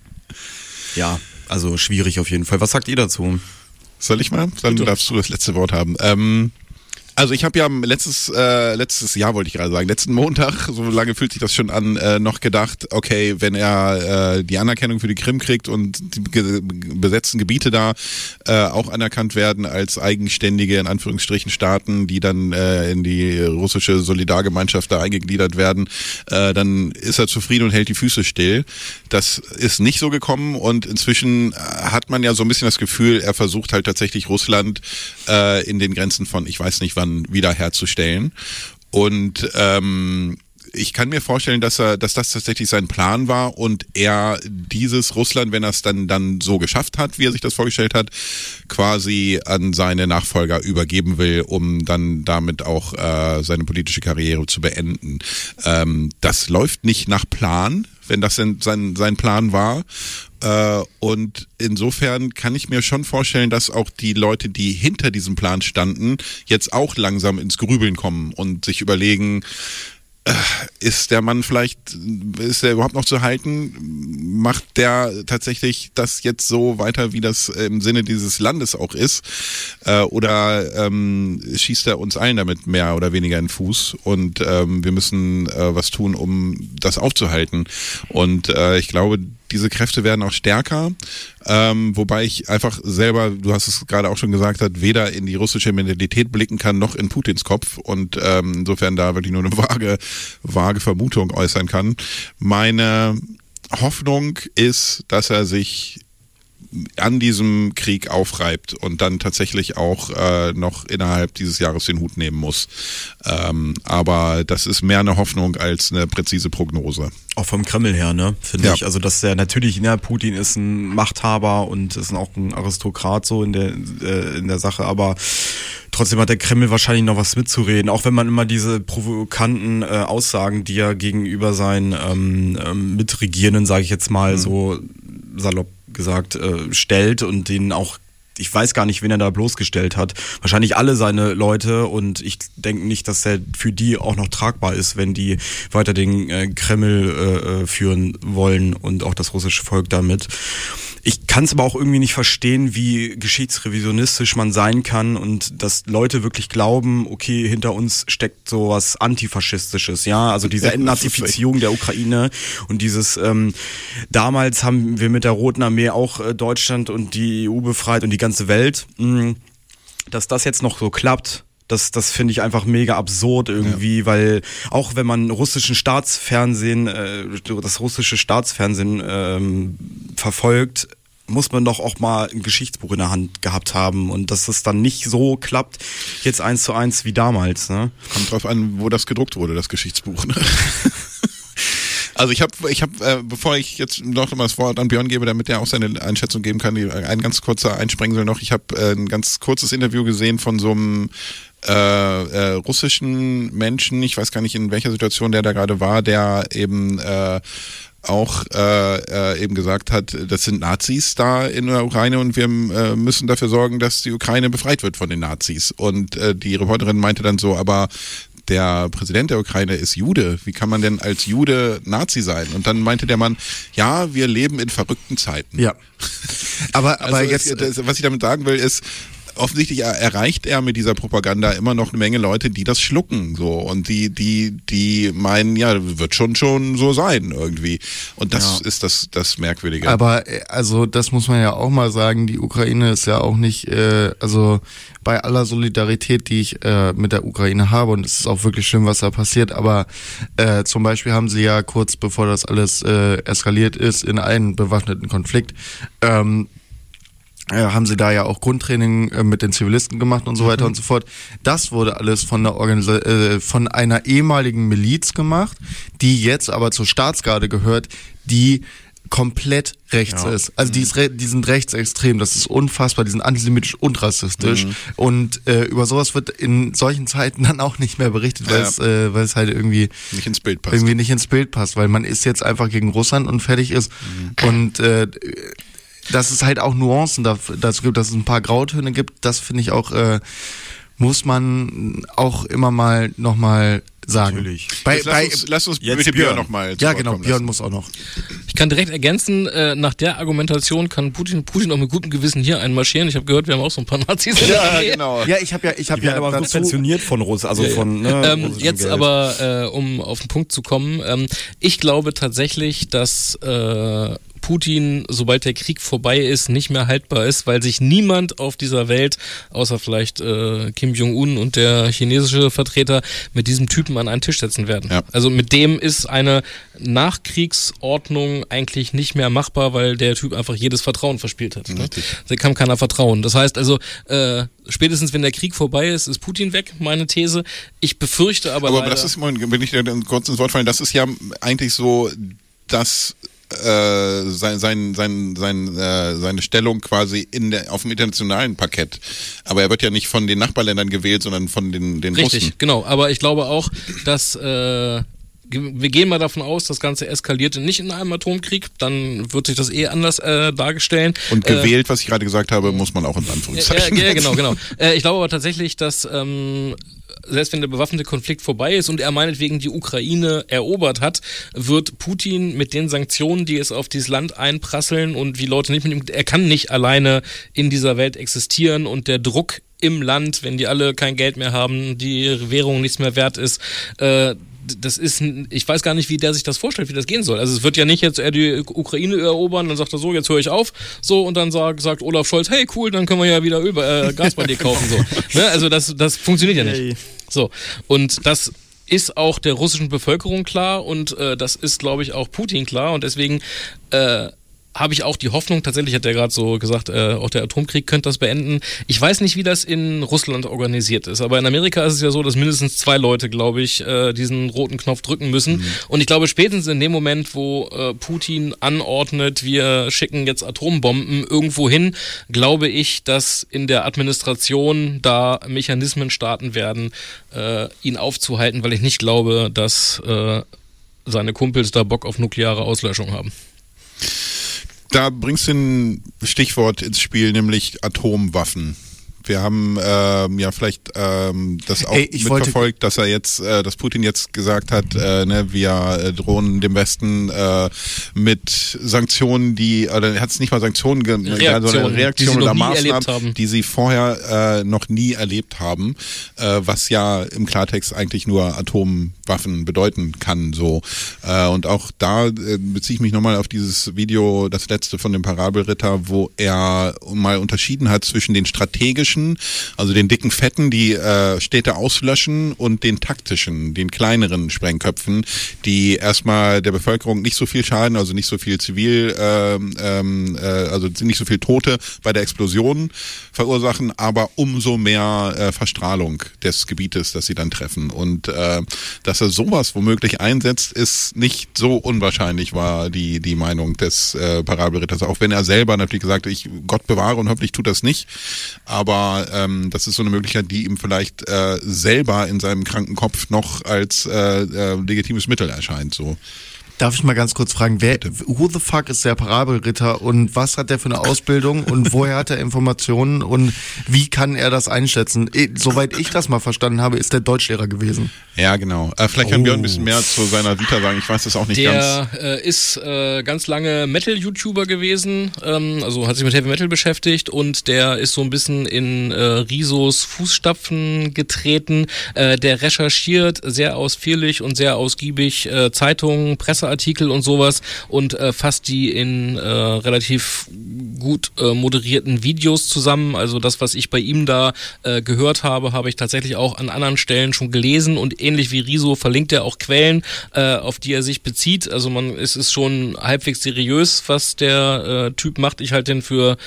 Ja, also schwierig auf jeden Fall. Was sagt ihr dazu? Soll ich mal? Dann darfst du das letzte Wort haben. Also ich habe ja letztes Jahr, wollte ich gerade sagen, letzten Montag, so lange fühlt sich das schon an, noch gedacht, okay, wenn er die Anerkennung für die Krim kriegt und die besetzten Gebiete da auch anerkannt werden als eigenständige, in Anführungsstrichen, Staaten, die dann in die russische Solidargemeinschaft da eingegliedert werden, dann ist er zufrieden und hält die Füße still. Das ist nicht so gekommen und inzwischen hat man ja so ein bisschen das Gefühl, er versucht halt tatsächlich Russland in den Grenzen von, ich weiß nicht wann, wiederherzustellen. Und ich kann mir vorstellen, dass das tatsächlich sein Plan war und er dieses Russland, wenn er es dann so geschafft hat, wie er sich das vorgestellt hat, quasi an seine Nachfolger übergeben will, um dann damit auch seine politische Karriere zu beenden. Das läuft nicht nach Plan, wenn das sein Plan war. Und insofern kann ich mir schon vorstellen, dass auch die Leute, die hinter diesem Plan standen, jetzt auch langsam ins Grübeln kommen und sich überlegen, ist der Mann ist der überhaupt noch zu halten? Macht der tatsächlich das jetzt so weiter, wie das im Sinne dieses Landes auch ist? Oder schießt er uns allen damit mehr oder weniger in den Fuß? Und wir müssen was tun, um das aufzuhalten. Und ich glaube, diese Kräfte werden auch stärker, wobei ich einfach selber, du hast es gerade auch schon gesagt, weder in die russische Mentalität blicken kann, noch in Putins Kopf und insofern da wirklich nur eine vage Vermutung äußern kann. Meine Hoffnung ist, dass er sich an diesem Krieg aufreibt und dann tatsächlich auch noch innerhalb dieses Jahres den Hut nehmen muss. Aber das ist mehr eine Hoffnung als eine präzise Prognose. Auch vom Kreml her, ne, finde ich. Also, dass der natürlich, Putin ist ein Machthaber und ist auch ein Aristokrat so in der Sache, aber trotzdem hat der Kreml wahrscheinlich noch was mitzureden, auch wenn man immer diese provokanten Aussagen, die er gegenüber seinen Mitregierenden, sage ich jetzt mal so salopp gesagt, stellt und denen auch, ich weiß gar nicht, wen er da bloßgestellt hat, wahrscheinlich alle seine Leute, und ich denke nicht, dass er für die auch noch tragbar ist, wenn die weiter den Kreml führen wollen und auch das russische Volk damit. Ich kann es aber auch irgendwie nicht verstehen, wie geschichtsrevisionistisch man sein kann und dass Leute wirklich glauben, okay, hinter uns steckt sowas Antifaschistisches, ja, also diese Entnazifizierung der Ukraine und dieses, damals haben wir mit der Roten Armee auch Deutschland und die EU befreit und die ganze Welt, dass das jetzt noch so klappt. Das finde ich einfach mega absurd irgendwie, weil auch wenn man das russische Staatsfernsehen verfolgt, muss man doch auch mal ein Geschichtsbuch in der Hand gehabt haben und dass es dann nicht so klappt, jetzt 1:1 wie damals. Ne? Kommt drauf an, wo das gedruckt wurde, das Geschichtsbuch. Ne? Also ich habe, bevor ich jetzt noch mal das Wort an Björn gebe, damit er auch seine Einschätzung geben kann, ein ganz kurzer Einsprengsel noch. Ich habe ein ganz kurzes Interview gesehen von so einem russischen Menschen, ich weiß gar nicht, in welcher Situation der da gerade war, der eben auch eben gesagt hat, das sind Nazis da in der Ukraine und wir müssen dafür sorgen, dass die Ukraine befreit wird von den Nazis. Und die Reporterin meinte dann so, aber der Präsident der Ukraine ist Jude. Wie kann man denn als Jude Nazi sein? Und dann meinte der Mann, ja, wir leben in verrückten Zeiten. Ja. Aber also jetzt, was ich damit sagen will, ist, offensichtlich erreicht er mit dieser Propaganda immer noch eine Menge Leute, die das schlucken, so, und die meinen, ja, wird schon so sein irgendwie. Und das ist das Merkwürdige. Aber also das muss man ja auch mal sagen, die Ukraine ist ja auch nicht, also bei aller Solidarität, die ich mit der Ukraine habe, und es ist auch wirklich schlimm, was da passiert, aber zum Beispiel haben sie ja kurz bevor das alles eskaliert ist, in einen bewaffneten Konflikt, haben sie da ja auch Grundtraining mit den Zivilisten gemacht und so weiter und so fort. Das wurde alles von der von einer ehemaligen Miliz gemacht, die jetzt aber zur Staatsgarde gehört, die komplett rechts ist. Also die sind rechtsextrem, das ist unfassbar, die sind antisemitisch und rassistisch. Und über sowas wird in solchen Zeiten dann auch nicht mehr berichtet, weil es halt irgendwie nicht ins Bild passt. Irgendwie nicht ins Bild passt, weil man ist jetzt einfach gegen Russland und fertig ist. Und dass es halt auch Nuancen dazu gibt, dass es ein paar Grautöne gibt, das finde ich auch, muss man auch immer mal nochmal sagen. Natürlich. Lass uns jetzt mit Björn nochmal. Ja, genau, Björn muss auch noch. Ich kann direkt ergänzen, nach der Argumentation kann Putin auch mit gutem Gewissen hier einmarschieren. Ich habe gehört, wir haben auch so ein paar Nazis in der Nähe. Genau. Ja, ich habe ja aber dazu pensioniert von Russland, also von jetzt Geld. Aber um auf den Punkt zu kommen, ich glaube tatsächlich, dass Putin, sobald der Krieg vorbei ist, nicht mehr haltbar ist, weil sich niemand auf dieser Welt, außer vielleicht Kim Jong-un und der chinesische Vertreter, mit diesem Typen an einen Tisch setzen werden. Ja. Also mit dem ist eine Nachkriegsordnung eigentlich nicht mehr machbar, weil der Typ einfach jedes Vertrauen verspielt hat. Ne? Da kann keiner vertrauen. Das heißt also, spätestens wenn der Krieg vorbei ist, ist Putin weg, meine These. Ich befürchte aber leider, das ist, wenn ich dir kurz ins Wort fallen, das ist ja eigentlich so, dass seine Stellung quasi auf dem internationalen Parkett. Aber er wird ja nicht von den Nachbarländern gewählt, sondern von den Russen. Richtig, genau. Aber ich glaube auch, dass wir gehen mal davon aus, das Ganze eskalierte nicht in einem Atomkrieg, dann wird sich das anders darstellen. Und gewählt, was ich gerade gesagt habe, muss man auch in Anführungszeichen. Ja, genau. Ich glaube aber tatsächlich, dass selbst wenn der bewaffnete Konflikt vorbei ist und er meinetwegen die Ukraine erobert hat, wird Putin mit den Sanktionen, die es auf dieses Land einprasseln und wie Leute nicht mit ihm, er kann nicht alleine in dieser Welt existieren und der Druck im Land, wenn die alle kein Geld mehr haben, die Währung nichts mehr wert ist, das ist, ich weiß gar nicht, wie der sich das vorstellt, wie das gehen soll. Also es wird ja nicht jetzt die Ukraine erobern, dann sagt er so, jetzt höre ich auf, so, und dann sagt Olaf Scholz, hey cool, dann können wir ja wieder Gas bei dir kaufen, so. Ne? Also das funktioniert ja nicht. Hey. So, und das ist auch der russischen Bevölkerung klar und das ist, glaube ich, auch Putin klar und deswegen habe ich auch die Hoffnung, tatsächlich hat er gerade so gesagt, auch der Atomkrieg könnte das beenden. Ich weiß nicht, wie das in Russland organisiert ist, aber in Amerika ist es ja so, dass mindestens 2 Leute, glaube ich, diesen roten Knopf drücken müssen. Und ich glaube, spätestens in dem Moment, wo Putin anordnet, wir schicken jetzt Atombomben irgendwo hin, glaube ich, dass in der Administration da Mechanismen starten werden, ihn aufzuhalten, weil ich nicht glaube, dass seine Kumpels da Bock auf nukleare Auslöschung haben. Da bringst du ein Stichwort ins Spiel, nämlich Atomwaffen. Wir haben ja vielleicht das auch mitverfolgt, dass er jetzt, dass Putin jetzt gesagt hat, wir drohen dem Westen mit Sanktionen, er hat es nicht mal Sanktionen genannt, sondern Reaktionen oder Maßnahmen, die sie vorher noch nie erlebt haben, was ja im Klartext eigentlich nur Atomwaffen bedeuten kann. So und auch da beziehe ich mich nochmal auf dieses Video, das letzte von dem Parabelritter, wo er mal unterschieden hat zwischen den strategischen, also den dicken Fetten, die Städte auslöschen, und den taktischen, den kleineren Sprengköpfen, die erstmal der Bevölkerung nicht so viel schaden, also nicht so viel also nicht so viel Tote bei der Explosion verursachen, aber umso mehr Verstrahlung des Gebietes, das sie dann treffen. Und dass er sowas womöglich einsetzt, ist nicht so unwahrscheinlich, war die Meinung des Parabelritters, auch wenn er selber natürlich gesagt hat, Gott bewahre und hoffentlich tut das nicht, aber das ist so eine Möglichkeit, die ihm vielleicht selber in seinem kranken Kopf noch als legitimes Mittel erscheint. So. Darf ich mal ganz kurz fragen, who the fuck ist der Parabelritter und was hat der für eine Ausbildung und woher hat er Informationen und wie kann er das einschätzen? Soweit ich das mal verstanden habe, ist der Deutschlehrer gewesen. Ja, genau. Vielleicht kann Björn ein bisschen mehr zu seiner Vita sagen, ich weiß das auch nicht ganz. Der ist ganz lange Metal-YouTuber gewesen, also hat sich mit Heavy Metal beschäftigt und der ist so ein bisschen in Risos Fußstapfen getreten. Der recherchiert sehr ausführlich und sehr ausgiebig Zeitungen, Presseartikel und sowas und fasst die in relativ gut moderierten Videos zusammen. Also das, was ich bei ihm da gehört habe, habe ich tatsächlich auch an anderen Stellen schon gelesen und ähnlich wie Riso verlinkt er auch Quellen, auf die er sich bezieht. Also es ist schon halbwegs seriös, was der Typ macht. Ich halte den für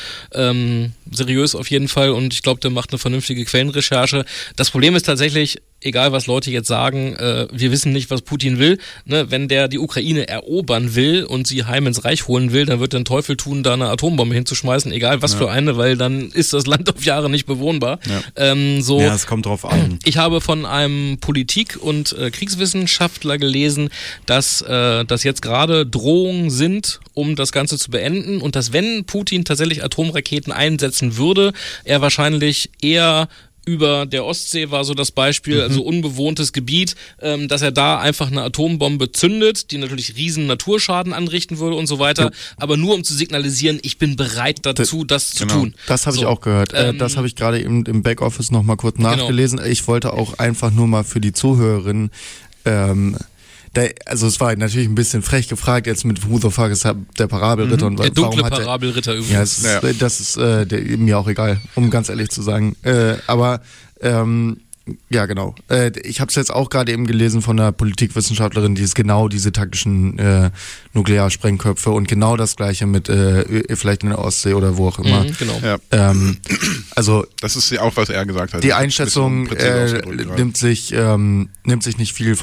seriös auf jeden Fall und ich glaube, der macht eine vernünftige Quellenrecherche. Das Problem ist tatsächlich, egal was Leute jetzt sagen, wir wissen nicht, was Putin will. Ne? Wenn der die Ukraine erobern will und sie heim ins Reich holen will, dann wird er den Teufel tun, da eine Atombombe hinzuschmeißen, egal was für eine, weil dann ist das Land auf Jahre nicht bewohnbar. Ja, es kommt drauf an. Ich habe von einem Politik- und Kriegswissenschaftler gelesen, dass das jetzt gerade Drohungen sind, um das Ganze zu beenden und dass, wenn Putin tatsächlich Atomraketen einsetzen würde, er wahrscheinlich eher über der Ostsee war so das Beispiel, also unbewohntes Gebiet, dass er da einfach eine Atombombe zündet, die natürlich riesen Naturschaden anrichten würde und so weiter, aber nur um zu signalisieren, ich bin bereit dazu, das zu tun. Das habe ich auch gehört. Das habe ich gerade eben im Backoffice noch mal kurz nachgelesen. Ich wollte auch einfach nur mal für die Zuhörerinnen also es war natürlich ein bisschen frech gefragt jetzt mit Who the fuck ist der Parabelritter und der dunkle Parabelritter übrigens. Ja, das ist mir auch egal, um ganz ehrlich zu sagen. Aber ja, genau. Ich habe es jetzt auch gerade eben gelesen von einer Politikwissenschaftlerin, die ist genau diese taktischen Nuklearsprengköpfe und genau das Gleiche mit vielleicht in der Ostsee oder wo auch immer. Genau. Ja. Also das ist ja auch, was er gesagt hat. Die Einschätzung nimmt sich nicht viel von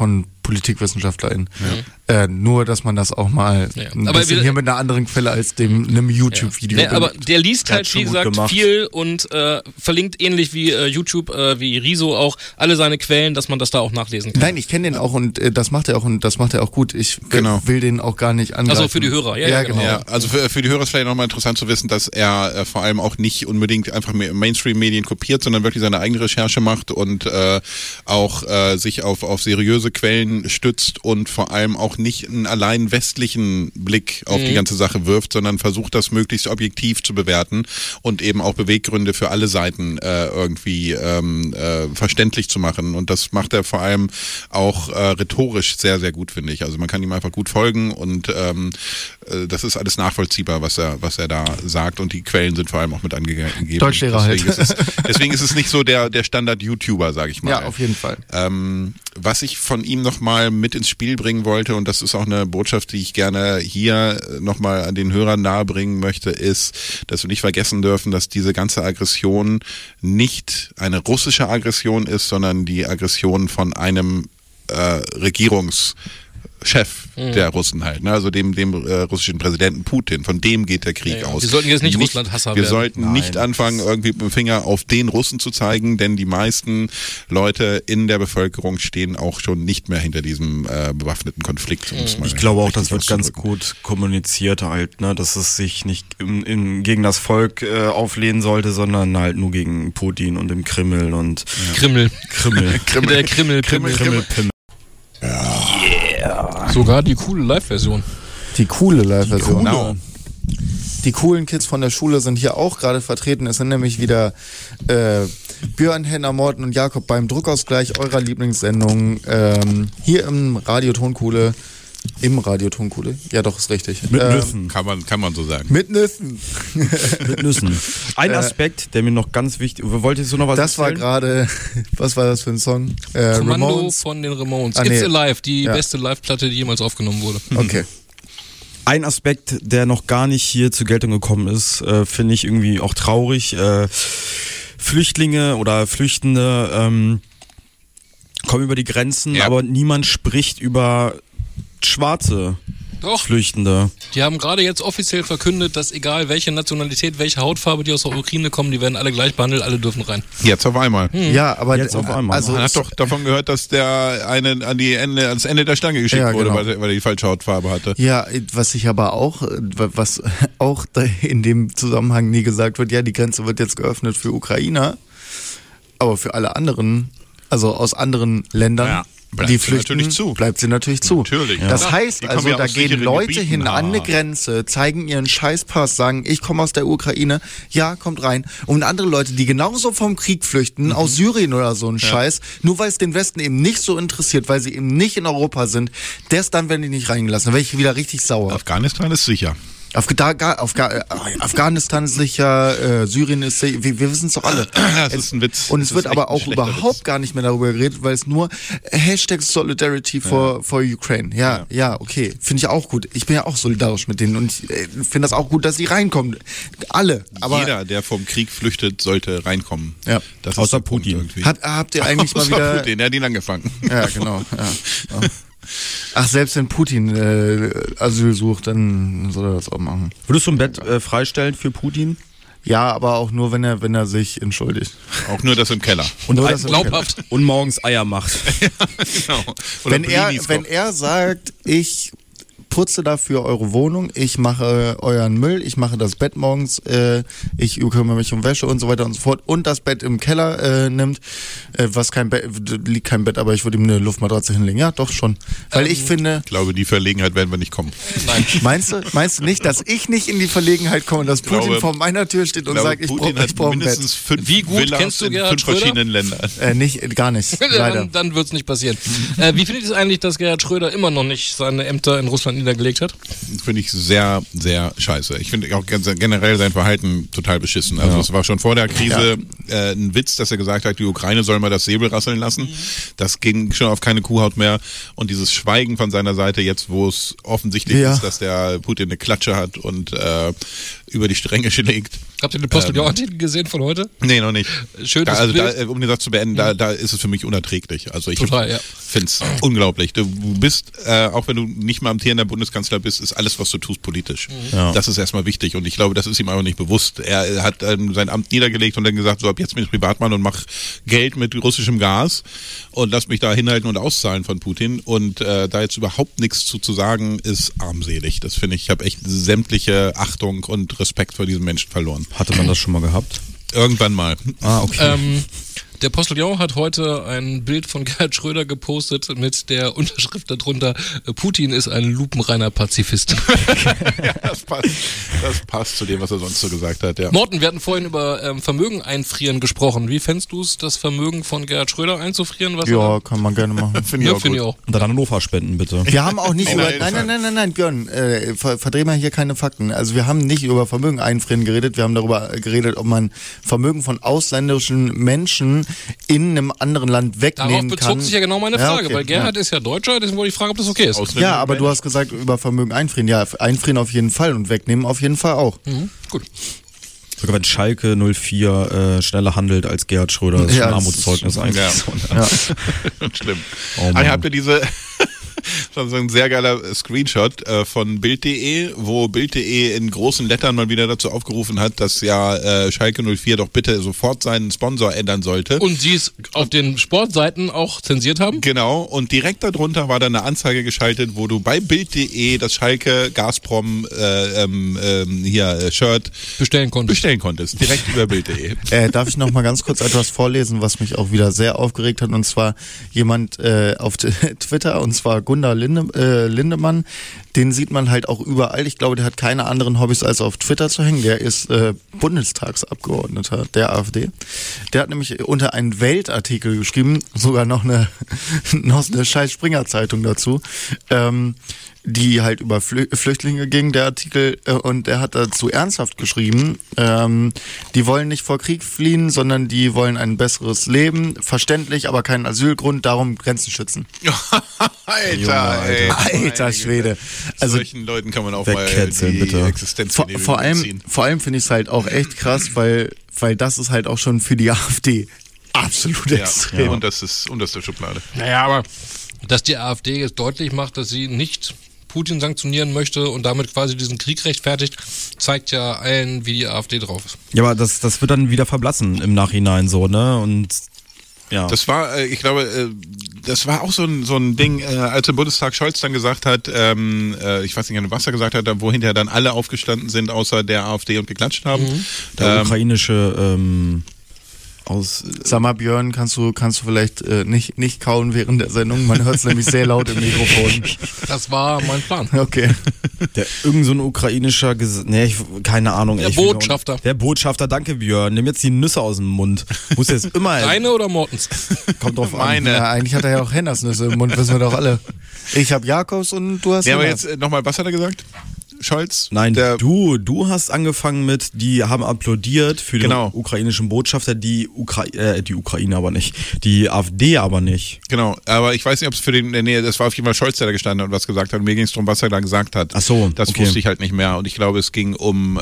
PolitikwissenschaftlerInnen. Nur, dass man das auch mal ein bisschen hier mit einer anderen Quelle als einem YouTube-Video. Nee, aber der liest halt, wie gesagt, viel und verlinkt ähnlich wie YouTube, wie Riso auch, alle seine Quellen, dass man das da auch nachlesen kann. Nein, ich kenne den auch und das macht er auch gut. Ich will den auch gar nicht angreifen. Also für die Hörer, genau. Ja, also für die Hörer ist vielleicht nochmal interessant zu wissen, dass er vor allem auch nicht unbedingt einfach Mainstream-Medien kopiert, sondern wirklich seine eigene Recherche macht und auch sich auf seriöse Quellen stützt und vor allem auch nicht einen allein westlichen Blick auf die ganze Sache wirft, sondern versucht, das möglichst objektiv zu bewerten und eben auch Beweggründe für alle Seiten irgendwie verständlich zu machen. Und das macht er vor allem auch rhetorisch sehr, sehr gut, finde ich. Also man kann ihm einfach gut folgen und das ist alles nachvollziehbar, was er da sagt, und die Quellen sind vor allem auch mit angegeben. Deutschlehrer halt. Deswegen ist es nicht so der Standard-YouTuber, sage ich mal. Ja, auf jeden Fall. Was ich von ihm nochmal mit ins Spiel bringen wollte, und das ist auch eine Botschaft, die ich gerne hier nochmal an den Hörern nahebringen möchte, ist, dass wir nicht vergessen dürfen, dass diese ganze Aggression nicht eine russische Aggression ist, sondern die Aggression von einem Regierungschef der Russen halt, ne? Also dem russischen Präsidenten Putin, von dem geht der Krieg aus. Wir sollten jetzt nicht Russland-Hasser werden. Wir sollten nicht anfangen, irgendwie mit dem Finger auf den Russen zu zeigen, denn die meisten Leute in der Bevölkerung stehen auch schon nicht mehr hinter diesem bewaffneten Konflikt. Ich glaube auch, das wird ganz gut kommuniziert halt, ne? Dass es sich nicht gegen das Volk auflehnen sollte, sondern halt nur gegen Putin und den Kreml und Krimmel. Der Krimmel. Ja. Sogar die coole Live-Version. Die coole Live-Version. Genau. Die coolen Kids von der Schule sind hier auch gerade vertreten. Es sind nämlich wieder Björn, Henna, Morten und Jakob beim Druckausgleich eurer Lieblingssendung hier im Radio Tonkuhle. Im Radio Tonkuhle? Ja, doch, ist richtig. Mit Nüssen. Kann man so sagen. Mit Nüssen. Mit Nüssen. Ein Aspekt, der mir noch ganz wichtig... Wolltest du noch was Das erzählen? war gerade... Was war das für ein Song? Kommando Ramones. von den Ramones. It's Alive, die beste Live-Platte, die jemals aufgenommen wurde. Okay. Ein Aspekt, der noch gar nicht hier zur Geltung gekommen ist, finde ich irgendwie auch traurig. Flüchtlinge oder Flüchtende kommen über die Grenzen, aber niemand spricht über schwarze Flüchtende. Die haben gerade jetzt offiziell verkündet, dass egal welche Nationalität, welche Hautfarbe die aus der Ukraine kommen, die werden alle gleich behandelt, alle dürfen rein. Jetzt auf einmal. Ja, aber jetzt auf einmal. Also man hat doch davon gehört, dass der eine ans Ende der Stange geschickt wurde, weil er die falsche Hautfarbe hatte. Ja, was auch in dem Zusammenhang nie gesagt wird, ja, die Grenze wird jetzt geöffnet für Ukrainer, aber für alle anderen, also aus anderen Ländern, die flüchten, bleibt sie natürlich zu. Natürlich. Ja. Das heißt also, da gehen Leute hin an eine Grenze, zeigen ihren Scheißpass, sagen, ich komme aus der Ukraine, ja, kommt rein. Und andere Leute, die genauso vom Krieg flüchten, aus Syrien oder so ein Scheiß, nur weil es den Westen eben nicht so interessiert, weil sie eben nicht in Europa sind, dann werden die nicht reingelassen. Da werde ich wieder richtig sauer. Afghanistan ist sicher. Afghanistan ist sicher, Syrien ist sicher, wir wissen es doch alle. Das ist ein Witz. Und es wird aber auch überhaupt gar nicht mehr darüber geredet, weil es nur #Solidarity for Ukraine. Ja, okay. Finde ich auch gut. Ich bin ja auch solidarisch mit denen und ich finde das auch gut, dass sie reinkommen. Alle. Aber jeder, der vom Krieg flüchtet, sollte reinkommen. Ja. Das außer Putin. Habt ihr eigentlich mal wieder... Putin, der hat ihn angefangen. Ja, genau. Ja. Ach, selbst wenn Putin Asyl sucht, dann soll er das auch machen. Würdest du ein Bett freistellen für Putin? Ja, aber auch nur, wenn er sich entschuldigt. Auch nur das im Keller. Und glaubhaft. Und morgens Eier macht. Ja, genau. Oder wenn er sagt, ich putze dafür eure Wohnung, ich mache euren Müll, ich mache das Bett morgens, ich kümmere mich um Wäsche und so weiter und so fort und das Bett im Keller nimmt, liegt kein Bett, aber ich würde ihm eine Luftmatratze hinlegen. Ja, doch schon. Weil ich finde... Ich glaube, die Verlegenheit werden wir nicht kommen. Nein. Meinst du nicht, dass ich nicht in die Verlegenheit komme, dass Putin vor meiner Tür steht und sagt, ich brauche ein Bett? Mindestens 5 Wie gut Villas kennst du in Gerhard 5 verschiedenen Ländern. Gar nicht, leider. Dann wird es nicht passieren. Wie findet ihr es eigentlich, dass Gerhard Schröder immer noch nicht seine Ämter in Russland niedergelegt hat? Finde ich sehr, sehr scheiße. Ich finde auch generell sein Verhalten total beschissen. Also es war schon vor der Krise ein Witz, dass er gesagt hat, die Ukraine soll mal das Säbel rasseln lassen. Das ging schon auf keine Kuhhaut mehr. Und dieses Schweigen von seiner Seite jetzt, wo es offensichtlich ist, dass der Putin eine Klatsche hat und über die Stränge schlägt. Habt ihr den Postillon-Artikel gesehen von heute? Nee, noch nicht. Schönes Bild. Um den Satz zu beenden, da ist es für mich unerträglich. Also ich finde es unglaublich. Du bist, auch wenn du nicht mal amtierender Bundeskanzler bist, ist alles, was du tust, politisch. Ja. Das ist erstmal wichtig und ich glaube, das ist ihm einfach nicht bewusst. Er hat sein Amt niedergelegt und dann gesagt, so ab jetzt bin ich Privatmann und mach Geld mit russischem Gas und lass mich da hinhalten und auszahlen von Putin. Und da jetzt überhaupt nichts zu sagen, ist armselig. Das finde ich habe echt sämtliche Achtung und Respekt vor diesem Menschen verloren. Hatte man das schon mal gehabt? Irgendwann mal. Ah, okay. Der Postillon hat heute ein Bild von Gerhard Schröder gepostet mit der Unterschrift darunter: Putin ist ein lupenreiner Pazifist. Ja, das passt zu dem, was er sonst so gesagt hat. Ja. Morten, wir hatten vorhin über Vermögen einfrieren gesprochen. Wie fändest du es, das Vermögen von Gerhard Schröder einzufrieren? Ja, kann man gerne machen. Finde ich auch. Und dann an Hannover spenden, bitte. Wir haben auch nicht Nein, Björn, verdreh mal hier keine Fakten. Also wir haben nicht über Vermögen einfrieren geredet, wir haben darüber geredet, ob man Vermögen von ausländischen Menschen in einem anderen Land wegnehmen kann. Darauf bezog sich ja genau meine Frage, weil Gerhard ist ja Deutscher, deswegen wollte ich fragen, ob das okay ist. Ja, aber du hast gesagt, über Vermögen einfrieren. Ja, einfrieren auf jeden Fall und wegnehmen auf jeden Fall auch. Gut. Sogar wenn Schalke 04 schneller handelt als Gerhard Schröder, das ist schon ein Armutszeugnis eigentlich. Ja. Schlimm. Oh, habt ihr diese... Das war ein sehr geiler Screenshot von Bild.de, wo Bild.de in großen Lettern mal wieder dazu aufgerufen hat, dass ja Schalke 04 doch bitte sofort seinen Sponsor ändern sollte. Und sie es auf den Sportseiten auch zensiert haben? Genau, und direkt darunter war dann eine Anzeige geschaltet, wo du bei Bild.de das Schalke Gazprom Shirt bestellen konntest, direkt über Bild.de. Darf ich noch mal ganz kurz etwas vorlesen, was mich auch wieder sehr aufgeregt hat, und zwar jemand auf Twitter, und zwar Gunda Lindemann, den sieht man halt auch überall. Ich glaube, der hat keine anderen Hobbys als auf Twitter zu hängen. Der ist Bundestagsabgeordneter der AfD. Der hat nämlich unter einen Weltartikel geschrieben, sogar noch eine scheiß Springer-Zeitung dazu, die halt über Flüchtlinge ging, der Artikel, und er hat dazu ernsthaft geschrieben, die wollen nicht vor Krieg fliehen, sondern die wollen ein besseres Leben, verständlich, aber keinen Asylgrund, darum Grenzen schützen. Alter Schwede. Also solchen Leuten kann man auch mal die bitte. Existenz vor allem finde ich es halt auch echt krass, weil das ist halt auch schon für die AfD absolut extrem. Ja. Und das ist unterste Schublade. Naja, aber dass die AfD jetzt deutlich macht, dass sie nicht Putin sanktionieren möchte und damit quasi diesen Krieg rechtfertigt, zeigt ja allen, wie die AfD drauf ist. Ja, aber das wird dann wieder verblassen im Nachhinein so, ne? Und ja. Das war, ich glaube, das war auch so ein Ding, als im Bundestag Scholz dann gesagt hat, ich weiß nicht, was er gesagt hat, wo hinterher dann alle aufgestanden sind, außer der AfD, und geklatscht haben. Der ukrainische Sag mal, Björn, kannst du vielleicht nicht kauen während der Sendung? Man hört es nämlich sehr laut im Mikrofon. Das war mein Plan. Okay. Irgend so ein ukrainischer, keine Ahnung. Der Botschafter. Der Botschafter, danke Björn. Nimm jetzt die Nüsse aus dem Mund. Muss jetzt immer. Deine oder Mortens? Kommt drauf an. Meine. Ja, eigentlich hat er ja auch Hennersnüsse im Mund, wissen wir doch alle. Ich habe Jakobs und du hast. Ja, aber jetzt nochmal, was hat er gesagt? Scholz? Nein, du hast angefangen mit, die haben applaudiert für den ukrainischen Botschafter, die Ukraine aber nicht, die AfD aber nicht. Genau, aber ich weiß nicht, ob es für das war auf jeden Fall Scholz, der da gestanden hat und was gesagt hat. Mir ging es darum, was er da gesagt hat. Ach so, das wusste ich halt nicht mehr, und ich glaube, es ging um,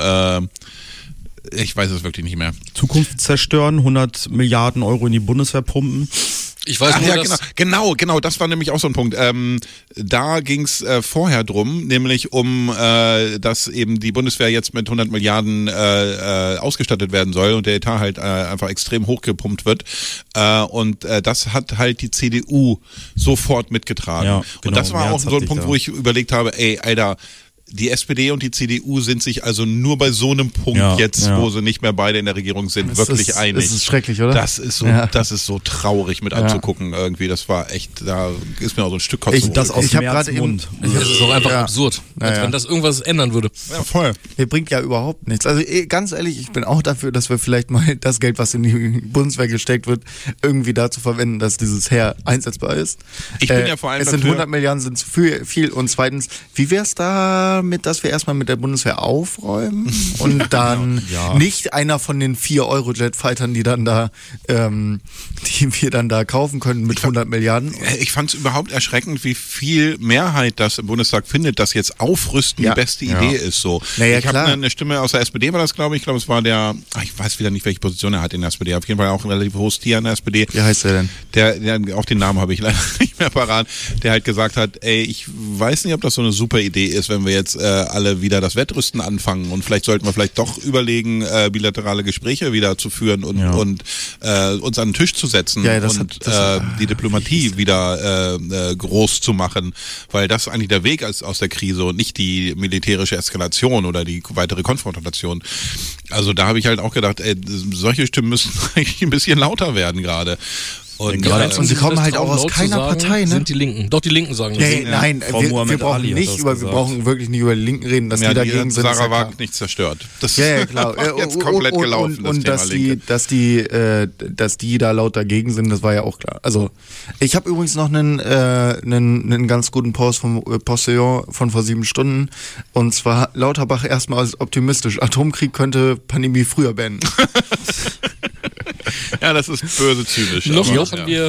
ich weiß es wirklich nicht mehr. Zukunft zerstören, 100 Milliarden Euro in die Bundeswehr pumpen. Ich weiß nur, genau, das war nämlich auch so ein Punkt. Da ging's vorher drum, nämlich dass eben die Bundeswehr jetzt mit 100 Milliarden ausgestattet werden soll und der Etat halt einfach extrem hochgepumpt wird. Und das hat halt die CDU sofort mitgetragen. Ja, genau. Und das war auch so ein Punkt, wo ich überlegt habe, ey, Alter, die SPD und die CDU sind sich also nur bei so einem Punkt wo sie nicht mehr beide in der Regierung sind, wirklich einig. Das ist schrecklich, oder? Das ist so traurig mit anzugucken irgendwie. Das war echt, da ist mir auch so ein Stück Kotzen. Das aus dem Mund. Das ist auch einfach absurd, als wenn das irgendwas ändern würde. Ja, voll. Der bringt ja überhaupt nichts. Also ganz ehrlich, ich bin auch dafür, dass wir vielleicht mal das Geld, was in die Bundeswehr gesteckt wird, irgendwie dazu verwenden, dass dieses Heer einsetzbar ist. Ich bin ja vor allem Es sind 100 Milliarden, sind zu viel. Und zweitens, wie wär's da dass wir erstmal mit der Bundeswehr aufräumen und dann nicht einer von den 4-Euro-Jet-Fightern, die wir dann da kaufen können mit 100 Milliarden. Ich fand es überhaupt erschreckend, wie viel Mehrheit das im Bundestag findet, das jetzt Aufrüsten die beste Idee ist. So. Naja, ich habe eine Stimme aus der SPD, war das, glaube ich. Ich glaube, es war ich weiß wieder nicht, welche Position er hat in der SPD. Auf jeden Fall auch ein relativ hohes Tier in der SPD. Wie heißt er denn? Der auch den Namen habe ich leider nicht mehr parat. Der halt gesagt hat, ey, ich weiß nicht, ob das so eine super Idee ist, wenn wir jetzt alle wieder das Wettrüsten anfangen und vielleicht sollten wir vielleicht doch überlegen, bilaterale Gespräche wieder zu führen und uns an den Tisch zu setzen und die Diplomatie wieder groß zu machen, weil das eigentlich der Weg ist aus der Krise und nicht die militärische Eskalation oder die weitere Konfrontation. Also da habe ich halt auch gedacht, ey, solche Stimmen müssen eigentlich ein bisschen lauter werden gerade. Und sie kommen halt auch aus keiner Partei, ne? Sind die Linken. Doch, die Linken sagen das. Nein, wir brauchen wirklich nicht über die Linken reden, dass die dagegen sind. Sarah Wagenknecht zerstört. Das ist klar. Jetzt komplett gelaufen, und dass die da laut dagegen sind, das war ja auch klar. Also, ich habe übrigens noch einen ganz guten Post vom Postillon von vor 7 Stunden. Und zwar Lauterbach erstmal als optimistisch. Atomkrieg könnte Pandemie früher beenden. Ja, das ist böse zynisch. Noch machen wir.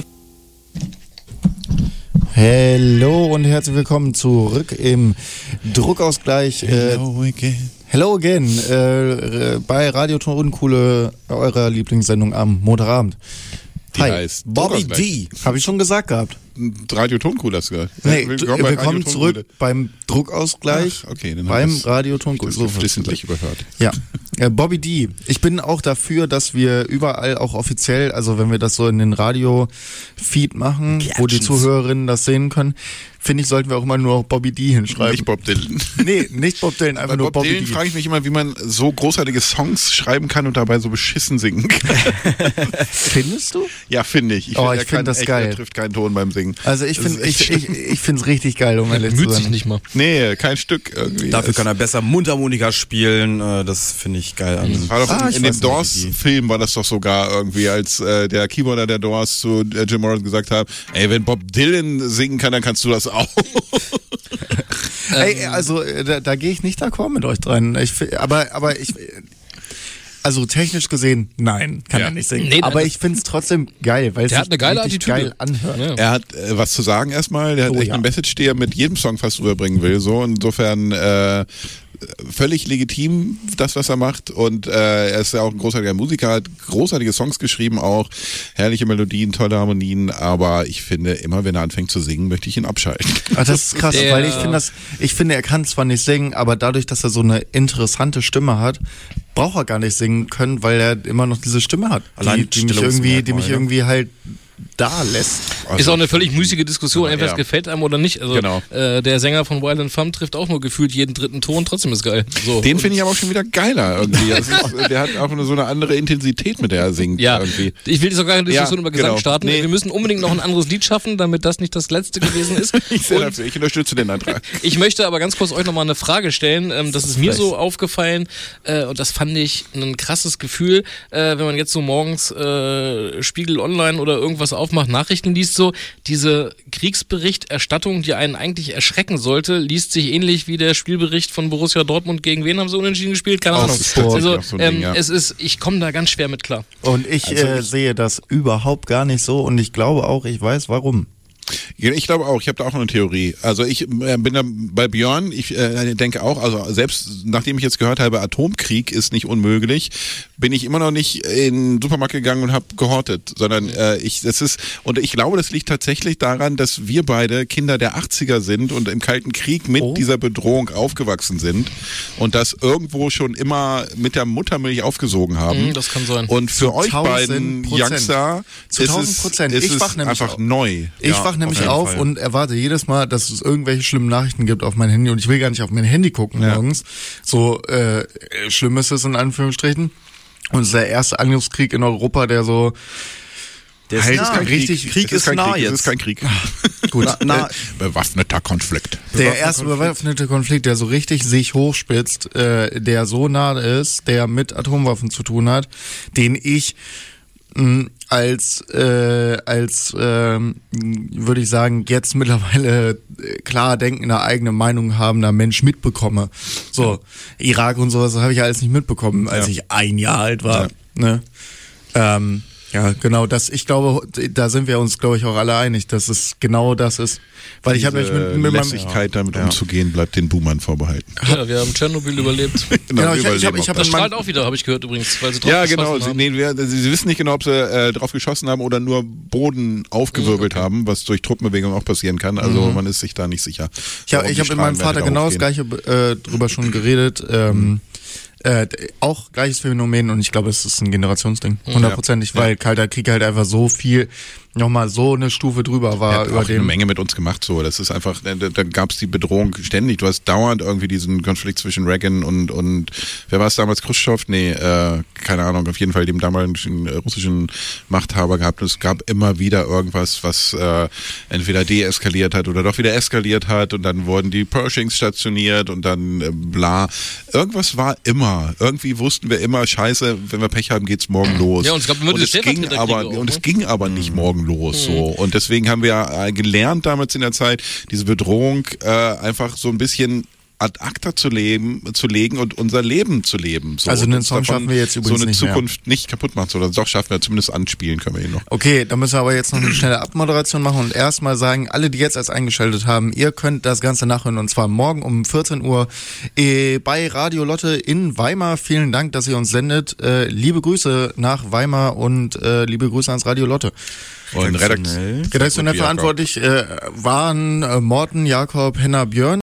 Hallo und herzlich willkommen zurück im Druckausgleich. Hello again. Bei Radio Tonkuhle, eurer Lieblingssendung am Montagabend. Die heißt Bobby D. Habe ich schon gesagt gehabt. Radio Tonkuhle hast du gesagt. Nee, willkommen zurück beim Druckausgleich. Ach, okay, dann beim Radio Tonkuhle. So flissentlich überhört. Ja. Bobby D. Ich bin auch dafür, dass wir überall auch offiziell, also wenn wir das so in den Radio-Feed machen, wo die Zuhörerinnen das sehen können, finde ich, sollten wir auch immer nur noch Bobby D hinschreiben. Nicht Bob Dylan. Nee, nicht Bob Dylan, einfach nur Bobby D. Bei Bob Dylan frage ich mich immer, wie man so großartige Songs schreiben kann und dabei so beschissen singen kann. Findest du? Ja, finde ich. Ich finde das geil. Er trifft keinen Ton beim Singen. Also ich finde es richtig geil, um ehrlich zu sein. Bemüht sich nicht mal. Nee, kein Stück irgendwie. Dafür kann er besser Mundharmonika spielen, das finde ich geil an. Das war doch in dem Doors-Film war das doch sogar irgendwie, als der Keyboarder der Doors zu Jim Morrison gesagt hat, ey, wenn Bob Dylan singen kann, dann kannst du das auch. Ey, also da gehe ich nicht d'accord mit euch dran. Aber ich also technisch gesehen, nein, kann er nicht singen. Nee, aber ich finde es trotzdem geil, weil es sich richtig geil anhört. Ja. Er hat was zu sagen erstmal, der hat echt eine Message, die er mit jedem Song fast rüberbringen will. So insofern völlig legitim, das, was er macht. Und er ist ja auch ein großartiger Musiker, hat großartige Songs geschrieben auch, herrliche Melodien, tolle Harmonien, aber ich finde, immer wenn er anfängt zu singen, möchte ich ihn abschalten. Ach, das ist krass, weil ich finde, er kann zwar nicht singen, aber dadurch, dass er so eine interessante Stimme hat, braucht er gar nicht singen können, weil er immer noch diese Stimme hat, die mich irgendwie halt da lässt. Also ist auch eine völlig müßige Diskussion, entweder es gefällt einem oder nicht. Also der Sänger von Wild & Femme trifft auch nur gefühlt jeden dritten Ton, trotzdem ist geil. So. Den finde ich aber auch schon wieder geiler irgendwie. Der hat auch so eine andere Intensität, mit der er singt. Ja, irgendwie. Ich will jetzt auch gar keine Diskussion über Gesang starten. Nee. Wir müssen unbedingt noch ein anderes Lied schaffen, damit das nicht das letzte gewesen ist. Ich unterstütze den Antrag. Ich möchte aber ganz kurz euch nochmal eine Frage stellen. Das ist mir so aufgefallen und das fand ich ein krasses Gefühl, wenn man jetzt so morgens Spiegel Online oder irgendwas aufmacht, Nachrichten liest, so diese Kriegsberichterstattung, die einen eigentlich erschrecken sollte, liest sich ähnlich wie der Spielbericht von Borussia Dortmund. Gegen wen haben sie unentschieden gespielt? Keine Ahnung. Also, ich komme da ganz schwer mit klar. Und ich sehe das überhaupt gar nicht so und ich glaube auch, ich weiß warum. Ich glaube auch, ich habe da auch eine Theorie. Also ich bin da bei Björn, ich denke auch, also selbst nachdem ich jetzt gehört habe, Atomkrieg ist nicht unmöglich, bin ich immer noch nicht in den Supermarkt gegangen und habe gehortet, sondern ich glaube, das liegt tatsächlich daran, dass wir beide Kinder der 80er sind und im Kalten Krieg mit dieser Bedrohung aufgewachsen sind und das irgendwo schon immer mit der Muttermilch aufgesogen haben. Das kann sein. Und für euch beiden Youngster ist es einfach neu. Ich wach nämlich auf und erwarte jedes Mal, dass es irgendwelche schlimmen Nachrichten gibt auf mein Handy und ich will gar nicht auf mein Handy gucken morgens. So schlimm ist es in Anführungsstrichen. Und es ist der erste Angriffskrieg in Europa, der so Der ist nah. Richtig, Krieg ist nah jetzt. Das ist kein Krieg. Gut. Bewaffneter Konflikt. Der erste bewaffnete Konflikt, der so richtig sich hochspitzt, der so nah ist, der mit Atomwaffen zu tun hat, den ich als würde ich sagen, jetzt mittlerweile klar denkender, eigene Meinung habender Mensch mitbekomme. So, Irak und sowas habe ich ja alles nicht mitbekommen, als ich 1 Jahr alt war. Ja. Ne? Ja, genau, ich glaube, da sind wir uns, glaube ich, auch alle einig, dass es genau das ist. Weil ich habe mich mit meinem Lässigkeit damit umzugehen, bleibt den Boomern vorbehalten. Ja, wir haben Tschernobyl überlebt. Genau, ich hab das strahlt auch wieder, habe ich gehört übrigens, weil sie drauf geschossen haben. Sie wissen nicht genau, ob sie drauf geschossen haben oder nur Boden aufgewirbelt haben, was durch Truppenbewegung auch passieren kann. Also man ist sich da nicht sicher. Ich habe mit meinem Vater genau das Gleiche drüber schon geredet. Auch gleiches Phänomen und ich glaube, es ist ein Generationsding, 100%, weil Kalter Krieg halt einfach so viel nochmal so eine Stufe drüber war. Über eine Menge mit uns gemacht so. Das ist einfach, da gab es die Bedrohung ständig. Du hast dauernd irgendwie diesen Konflikt zwischen Reagan und wer war es damals? Khrushchev? Nee, keine Ahnung, auf jeden Fall dem damaligen russischen Machthaber gehabt. Es gab immer wieder irgendwas, was entweder deeskaliert hat oder doch wieder eskaliert hat und dann wurden die Pershings stationiert und dann bla. Irgendwas war immer. Irgendwie wussten wir immer, scheiße, wenn wir Pech haben, geht's morgen los. Ja, und es ging aber nicht morgen los. So. Und deswegen haben wir gelernt damals in der Zeit, diese Bedrohung einfach so ein bisschen ad acta zu legen und unser Leben zu leben. So. Also einen Song schaffen wir jetzt übrigens nicht so eine Zukunft nicht kaputt machen, sondern doch schaffen wir zumindest anspielen können wir ihn noch. Okay, dann müssen wir aber jetzt noch eine schnelle Abmoderation machen und erstmal sagen, alle, die jetzt erst eingeschaltet haben, ihr könnt das Ganze nachhören und zwar morgen um 14 Uhr bei Radio Lotte in Weimar. Vielen Dank, dass ihr uns sendet. Liebe Grüße nach Weimar und liebe Grüße ans Radio Lotte. Und redaktionell verantwortlich waren Morten, Jakob, Henna, Björn.